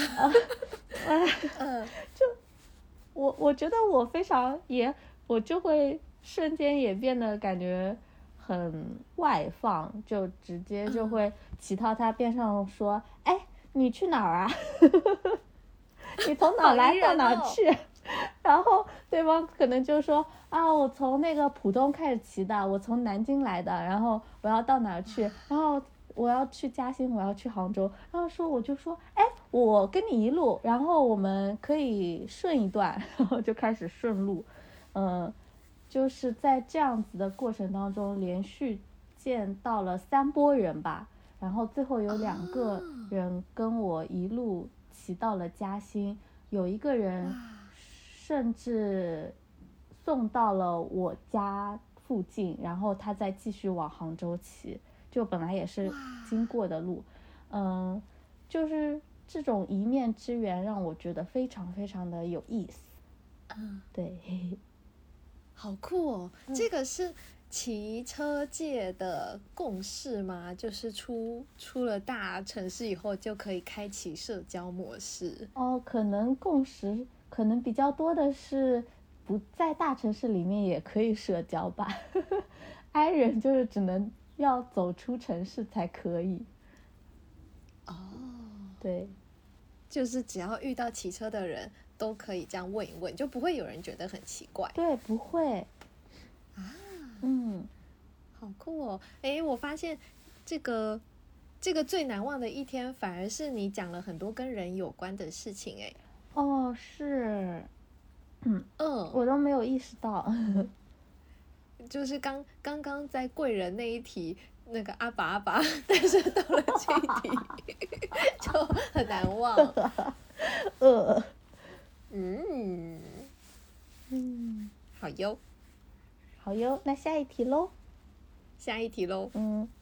就我觉得我就会瞬间也变得感觉很外放，就直接就会骑到他边上说，哎，你去哪儿啊？你从哪来到哪去？然后对方可能就说我从那个浦东开始骑的，我从南京来的，然后我要到哪儿去，然后我要去嘉兴，我要去杭州，然后我就说，哎，我跟你一路，然后我们可以顺一段，然后就开始顺路。就是在这样子的过程当中，连续见到了3波人吧，然后最后有2个人跟我一路骑到了嘉兴，有一个人甚至送到了我家附近，然后他再继续往杭州骑，就本来也是经过的路。就是这种一面之缘让我觉得非常非常的有意思。对。 好酷哦。这个是骑车界的共识吗？就是出了大城市以后就可以开启社交模式？ 可能共识可能比较多的是不在大城市里面也可以社交吧。I 人就是只能要走出城市才可以。对， 就是只要遇到骑车的人都可以这样问一问，就不会有人觉得很奇怪。 对，不会啊， 好酷哦！诶，我发现这个最难忘的一天，反而是你讲了很多跟人有关的事情。诶， 哦，是，我嗯， 都没有意识到。 就是刚刚在贵人那一题，那个阿爸，但是到了这一题就很难忘。嗯，好哟， 好哟，那下一题喽。 下一题喽。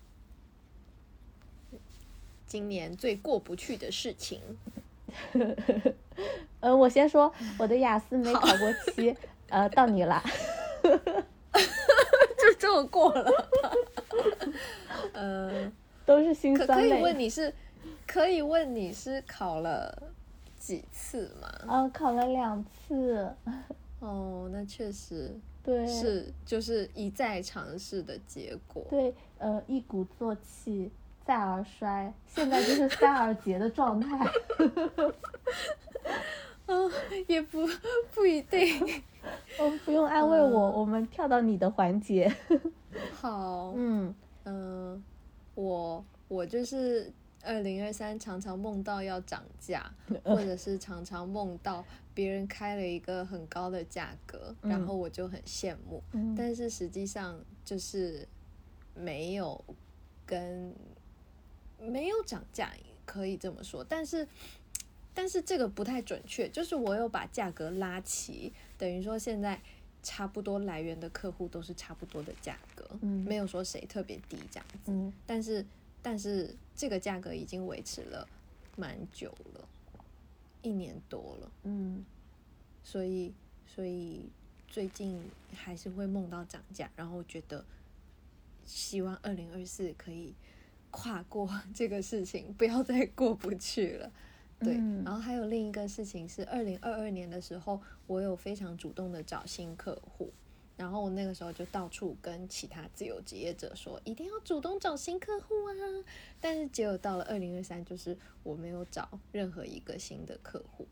今年最过不去的事情， 我先说，我的雅思没考过7，到你了。 就这么过了。 都是心可酸泪。 可以问你是考了几次吗？ 考了2次。 哦，那确实对， 是就是一再尝试的结果。 对，一鼓作气，再而衰，现在就是3而竭的状态。 也不一定。 不用安慰我，我们跳到你的环节。 好，我就是2023常常梦到要涨价，或者是常常梦到别人开了一个很高的价格，然后我就很羡慕，但是实际上就是没有涨价，可以这么说，但是这个不太准确，就是我有把价格拉齐，等于说现在差不多来源的客户都是差不多的价格，没有说谁特别低这样子，但是这个价格已经维持了蛮久了，1年多了，所以最近还是会梦到涨价，然后觉得希望2024可以跨过这个事情，不要再过不去了。对，然后还有另一个事情是2022年的时候，我有非常主动的找新客户，然后我那个时候就到处跟其他自由职业者说，一定要主动找新客户啊！但是结果到了2023，就是我没有找任何一个新的客户，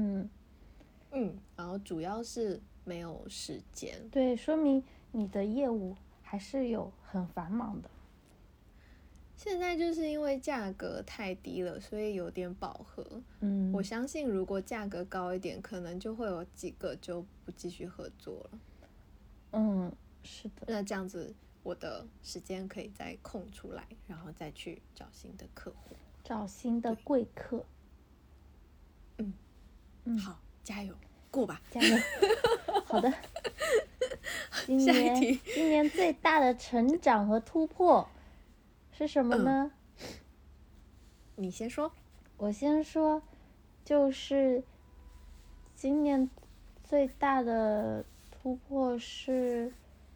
然后主要是没有时间。 对，说明你的业务还是有很繁忙的。 现在就是因为价格太低了，所以有点饱和。我相信如果价格高一点，可能就会有几个就不继续合作了。 是的。 那这样子，我的时间可以再空出来，然后再去找新的客户， 找新的贵客。 好，加油，过吧， 加油。好的。 下一题。 今年最大的成长和突破是什么呢？ 你先说。 我先说，就是今年最大的突破是，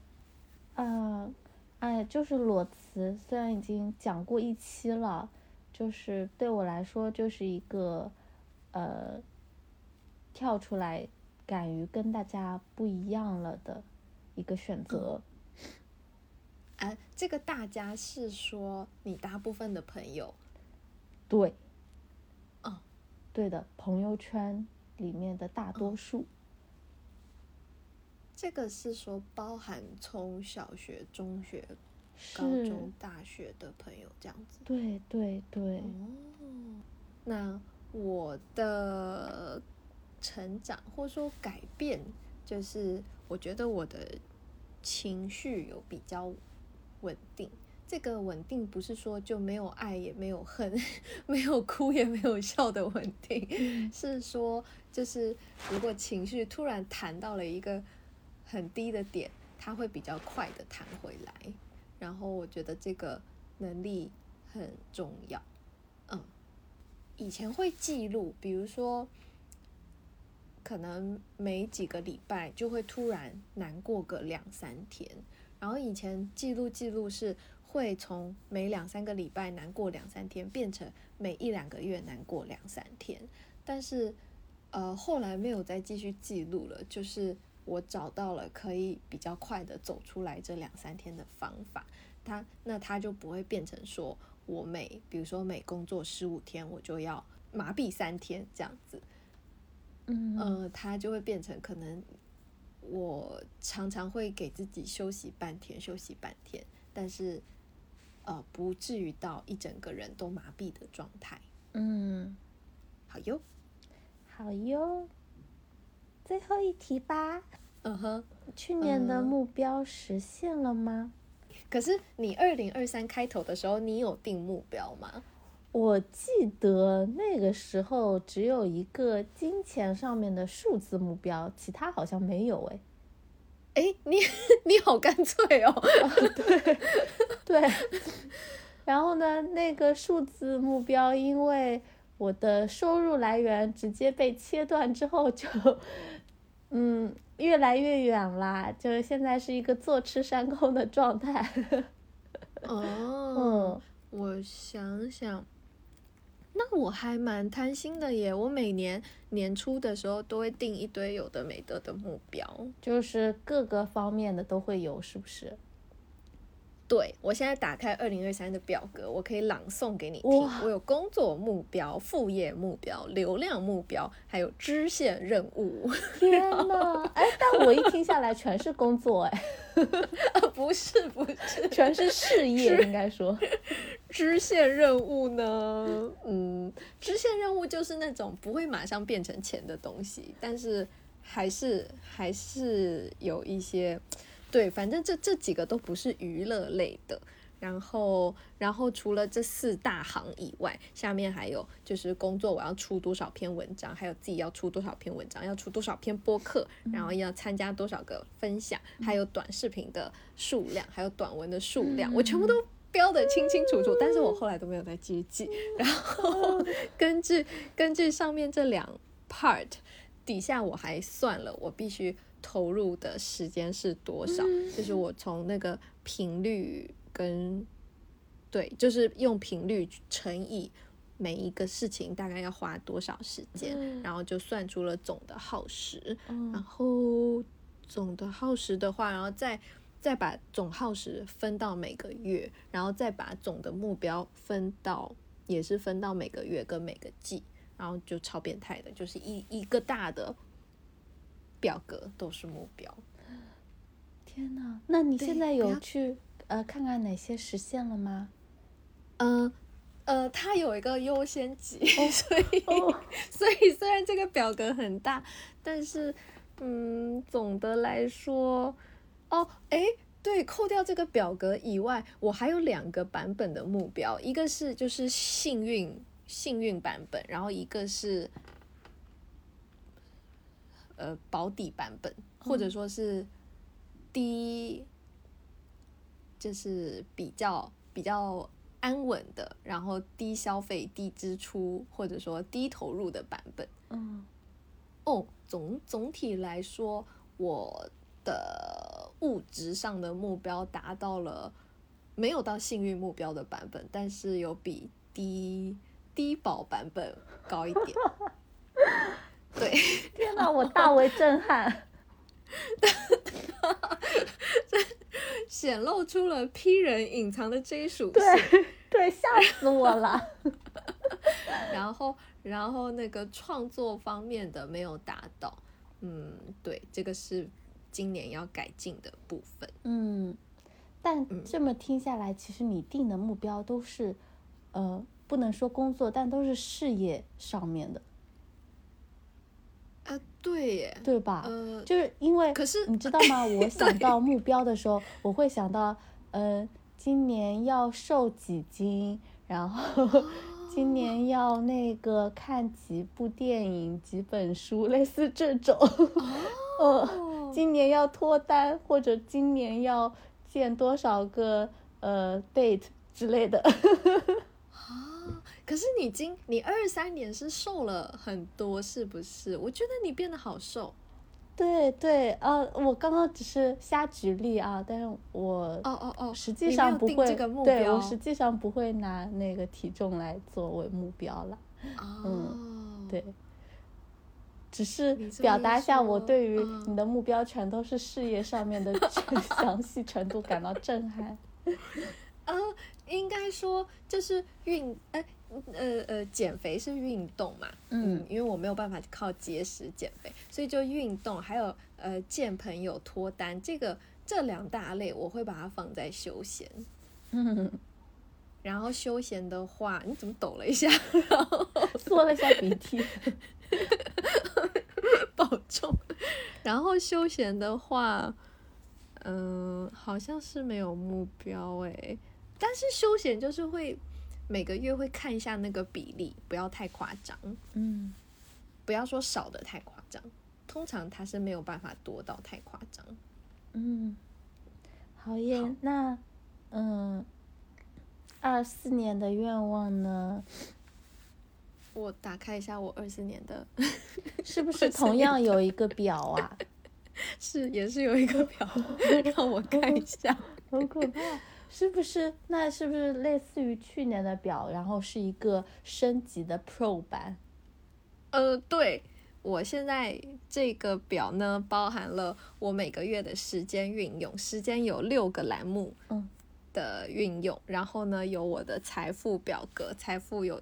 就是裸辞，虽然已经讲过1期了，就是对我来说就是一个跳出来，敢于跟大家不一样了的一个选择。 这个大家是说你大部分的朋友？ 对。对的，朋友圈里面的大多数。 这个是说包含从小学、中学、高中、大学的朋友这样子。 对对对。 那我的成长或者说改变，就是我觉得我的情绪有比较稳定。这个稳定不是说就没有爱也没有恨，没有哭也没有笑的稳定，是说就是如果情绪突然弹到了一个很低的点，它会比较快的弹回来。然后我觉得这个能力很重要。以前会记录，比如说可能每几个礼拜就会突然难过个2-3天，然后以前记录是会从每2-3个礼拜难过2-3天变成每1-2个月难过2-3天，但是后来没有再继续记录了，就是我找到了可以比较快的走出来这2-3天的方法，它就不会变成说我比如说每工作15天我就要麻痹3天这样子。 它就会变成可能我常常会给自己休息半天，但是不至于到一整个人都麻痹的状态。好哟， 好哟。最后一题吧。去年的嗯目标实现了吗？ 可是你2023开头的时候，你有定目标吗？ 我记得那个时候只有一个金钱上面的数字目标，其他好像没有哎。 哎，你好干脆哦。 对，然后呢，那个数字目标，因为我的收入来源直接被切断之后就，越来越远啦，就是现在是一个坐吃山空的状态。 我想想，那我还蛮贪心的耶，我每年年初的时候都会定一堆有的没的的目标， 就是各个方面的都会有，是不是？ 对，我现在打开2023的表格，我可以朗诵给你听。我有工作目标、副业目标、流量目标，还有支线任务。 天哪！哎，但我一听下来全是工作哎。 不是， 全是事业，应该说。 支线任务呢？支线任务就是那种不会马上变成钱的东西，但是还是有一些。对，反正这几个都不是娱乐类的。然后除了这4大行以外，下面还有就是工作我要出多少篇文章，还有自己要出多少篇文章，要出多少篇播客，然后要参加多少个分享，还有短视频的数量，还有短文的数量，我全部都标得清清楚楚，但是我后来都没有再继续记。然后根据上面这2 part 底下我还算了我必须投入的时间是多少，就是我从那个频率对，就是用频率乘以每一个事情大概要花多少时间，然后就算出了总的耗时，然后总的耗时的话，然后再把总耗时分到每个月，然后再把总的目标也是分到每个月跟每个季，然后就超变态的，就是一个大的表格都是目标。 天哪！那你现在有去看看哪些实现了吗？ 它有一个优先级，所以虽然这个表格很大，但是总的来说，对，扣掉这个表格以外，我还有2个版本的目标，一个是就是幸运版本，然后一个是保底版本，或者说是就是比较安稳的，然后低消费、低支出，或者说低投入的版本。总体来说，我的物质上的目标达到了，没有到幸运目标的版本，但是有比低保版本高一点。对， 天哪，我大为震撼。 显露出了 P 人隐藏的 J 属性。 对，吓死我了。 然后那个创作方面的没有达到，对，这个是今年要改进的部分。 但这么听下来，其实你定的目标都是，不能说工作，但都是事业上面的。 对耶， 对吧？就是因为， 可是你知道吗？我想到目标的时候，我会想到，今年要瘦几斤，然后今年要那个看几部电影、几本书，类似这种。今年要脱单，或者今年要见多少个date 之类的。 可是你23年是瘦了很多，是不是？我觉得你变得好瘦。 对，我刚刚只是瞎举例啊，但是我实际上不会， 你没有定这个目标。 对，我实际上不会拿那个体重来作为目标了。对，只是表达一下我对于你的目标全都是事业上面的详细程度感到震撼。 应该说就是减肥是运动嘛，因为我没有办法靠节食减肥，所以就运动，还有见朋友脱单，这两大类我会把它放在休闲。然后休闲的话，你怎么抖了一下？然后嗦了一下鼻涕。 保重。然后休闲的话，好像是没有目标诶，但是休闲就是会每个月会看一下那个比例，不要太夸张。不要说少的太夸张，通常它是没有办法多到太夸张。 好耶。 好那24年的愿望呢？ 我打开一下我24年的， 是不是同样有一个表啊？ 也是有一个表，让我看一下。 好可怕！是不是类似于去年的表，然后是一个升级的 Pro 版？ 对，我现在这个表呢，包含了我每个月的时间运用，时间有6个栏目的运用，然后呢有我的财富表格，财富有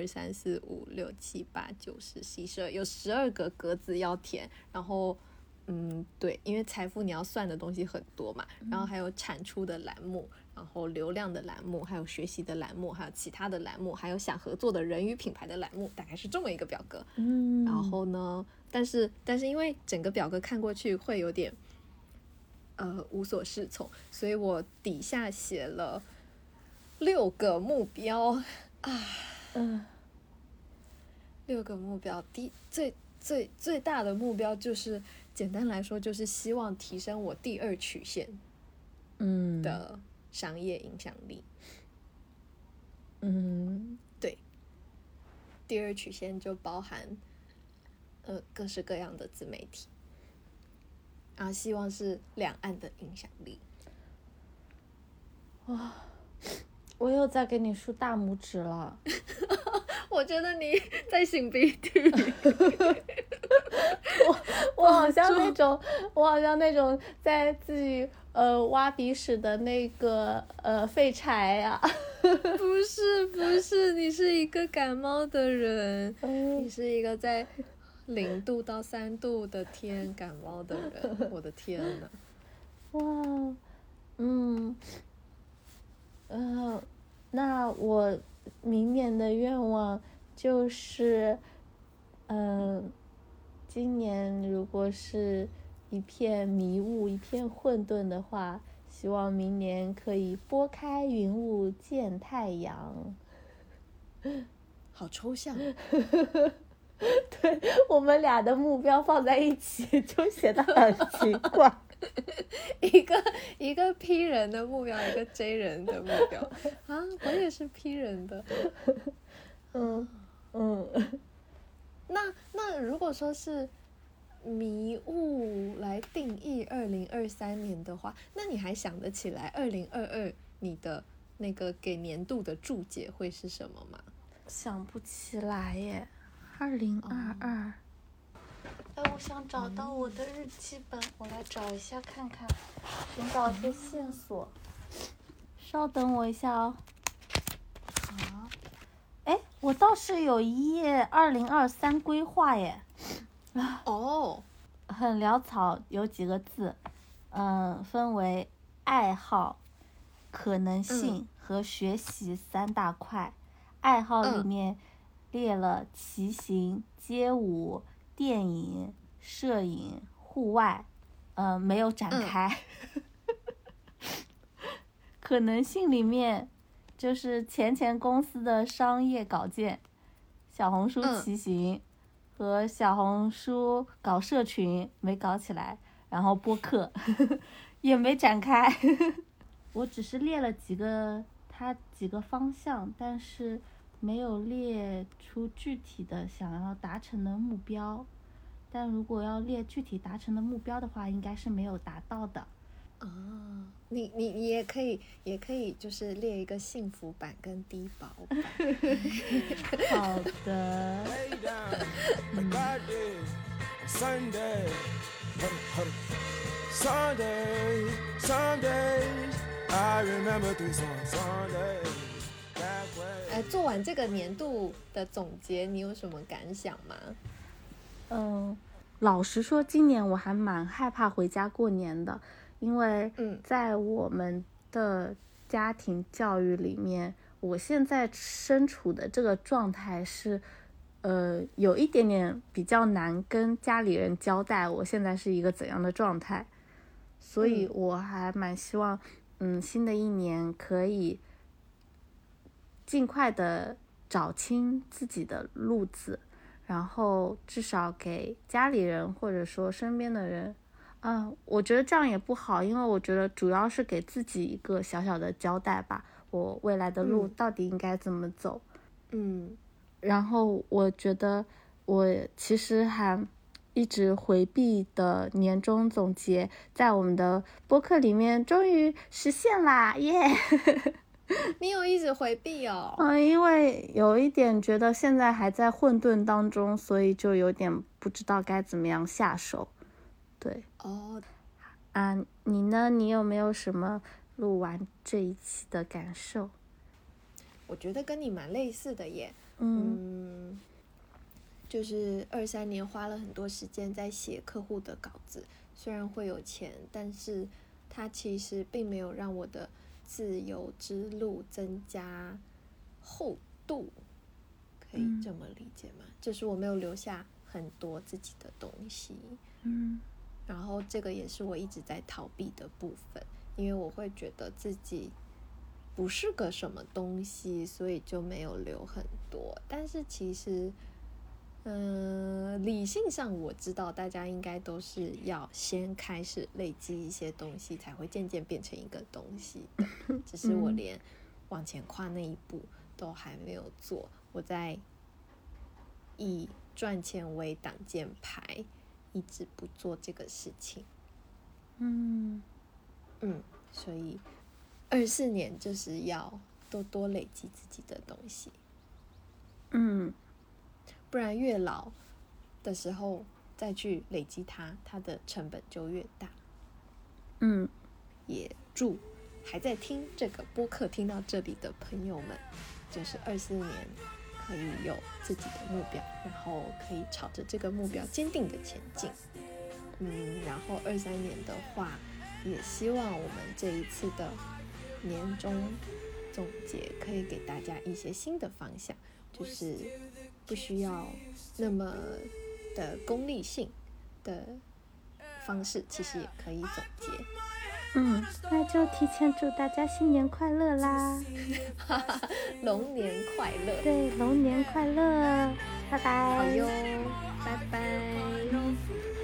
1、2、3、4、5、6、7、8、9、10、11、12，有12个格子要填，然后对，因为财富你要算的东西很多嘛，然后还有产出的栏目，然后流量的栏目，还有学习的栏目，还有其他的栏目，还有想合作的人与品牌的栏目，大概是这么一个表格。然后呢，但是因为整个表格看过去会有点无所适从，所以我底下写了6个目标啊。6个目标，最大的目标就是简单来说就是希望提升我第2曲线的商业影响力。对，第2曲线就包含各式各样的自媒体，然后希望是两岸的影响力。 哇，我又在给你竖大拇指了。 我觉得你在擤鼻涕。 我好像那种在自己挖鼻屎的那个废柴呀。 不是，你是一个感冒的人，你是一个在0度到3度的天感冒的人。我的天哪！ 哇，那我明年的愿望就是，今年如果是一片迷雾、一片混沌的话，希望明年可以拨开云雾见太阳。 好抽象。 对，我们俩的目标放在一起就显得很奇怪。 一个 P 人的目标，一个 J 人的目标啊！我也是 P 人的。那如果说是迷雾来定义2023年的话，那你还想得起来2022你的那个给年度的注解会是什么吗？ 想不起来耶。2022。我想找到我的日记本，我来找一下看看，寻找一些线索。稍等我一下哦。好。我倒是有一页2023规划耶。很潦草，有几个字，分为爱好、可能性和学习3大块。爱好里面列了骑行、街舞、电影、摄影、户外，没有展开。可能性里面就是前公司的商业稿件，小红书骑行和小红书搞社群没搞起来，然后播客也没展开。我只是列了几个方向，但是没有列出具体的想要达成的目标。但如果要列具体达成的目标的话，应该是没有达到的。 你也可以就是列一个幸福版跟低保版。 好的。 Sunday, I remember 3 songs Sunday, that way. 做完这个年度的总结，你有什么感想吗？ 老实说，今年我还蛮害怕回家过年的，因为在我们的家庭教育里面，我现在身处的这个状态是，有一点点比较难跟家里人交代我现在是一个怎样的状态，所以我还蛮希望，新的一年可以尽快的找清自己的路子，然后至少给家里人或者说身边的人，我觉得这样也不好，因为我觉得主要是给自己一个小小的交代吧，我未来的路到底应该怎么走。然后我觉得我其实还一直回避的年终总结，在我们的播客里面终于实现啦，耶！ 你有一直回避哦？ 因为有一点觉得现在还在混沌当中，所以就有点不知道该怎么样下手。对。你呢？你有没有什么录完这一期的感受？ 我觉得跟你蛮类似的耶。就是23年花了很多时间在写客户的稿子，虽然会有钱，但是它其实并没有让我的自由之路增加厚度，可以这么理解吗？就是我没有留下很多自己的东西。然后这个也是我一直在逃避的部分，因为我会觉得自己不是个什么东西，所以就没有留很多。但是其实理性上我知道大家应该都是要先开始累积一些东西，才会渐渐变成一个东西的。只是我连往前跨那一步都还没有做，我在以赚钱为挡箭牌，一直不做这个事情。所以24年就是要多多累积自己的东西。不然越老的时候再去累积它的成本就越大。也祝还在听这个播客听到这里的朋友们，就是24年可以有自己的目标，然后可以朝着这个目标坚定的前进。然后23年的话，也希望我们这一次的年终总结可以给大家一些新的方向，就是不需要那么的功利性的方式，其实也可以总结。 那就提前祝大家新年快乐啦！ 龙年快乐！ 对，龙年快乐！拜拜！ 好哟，拜拜。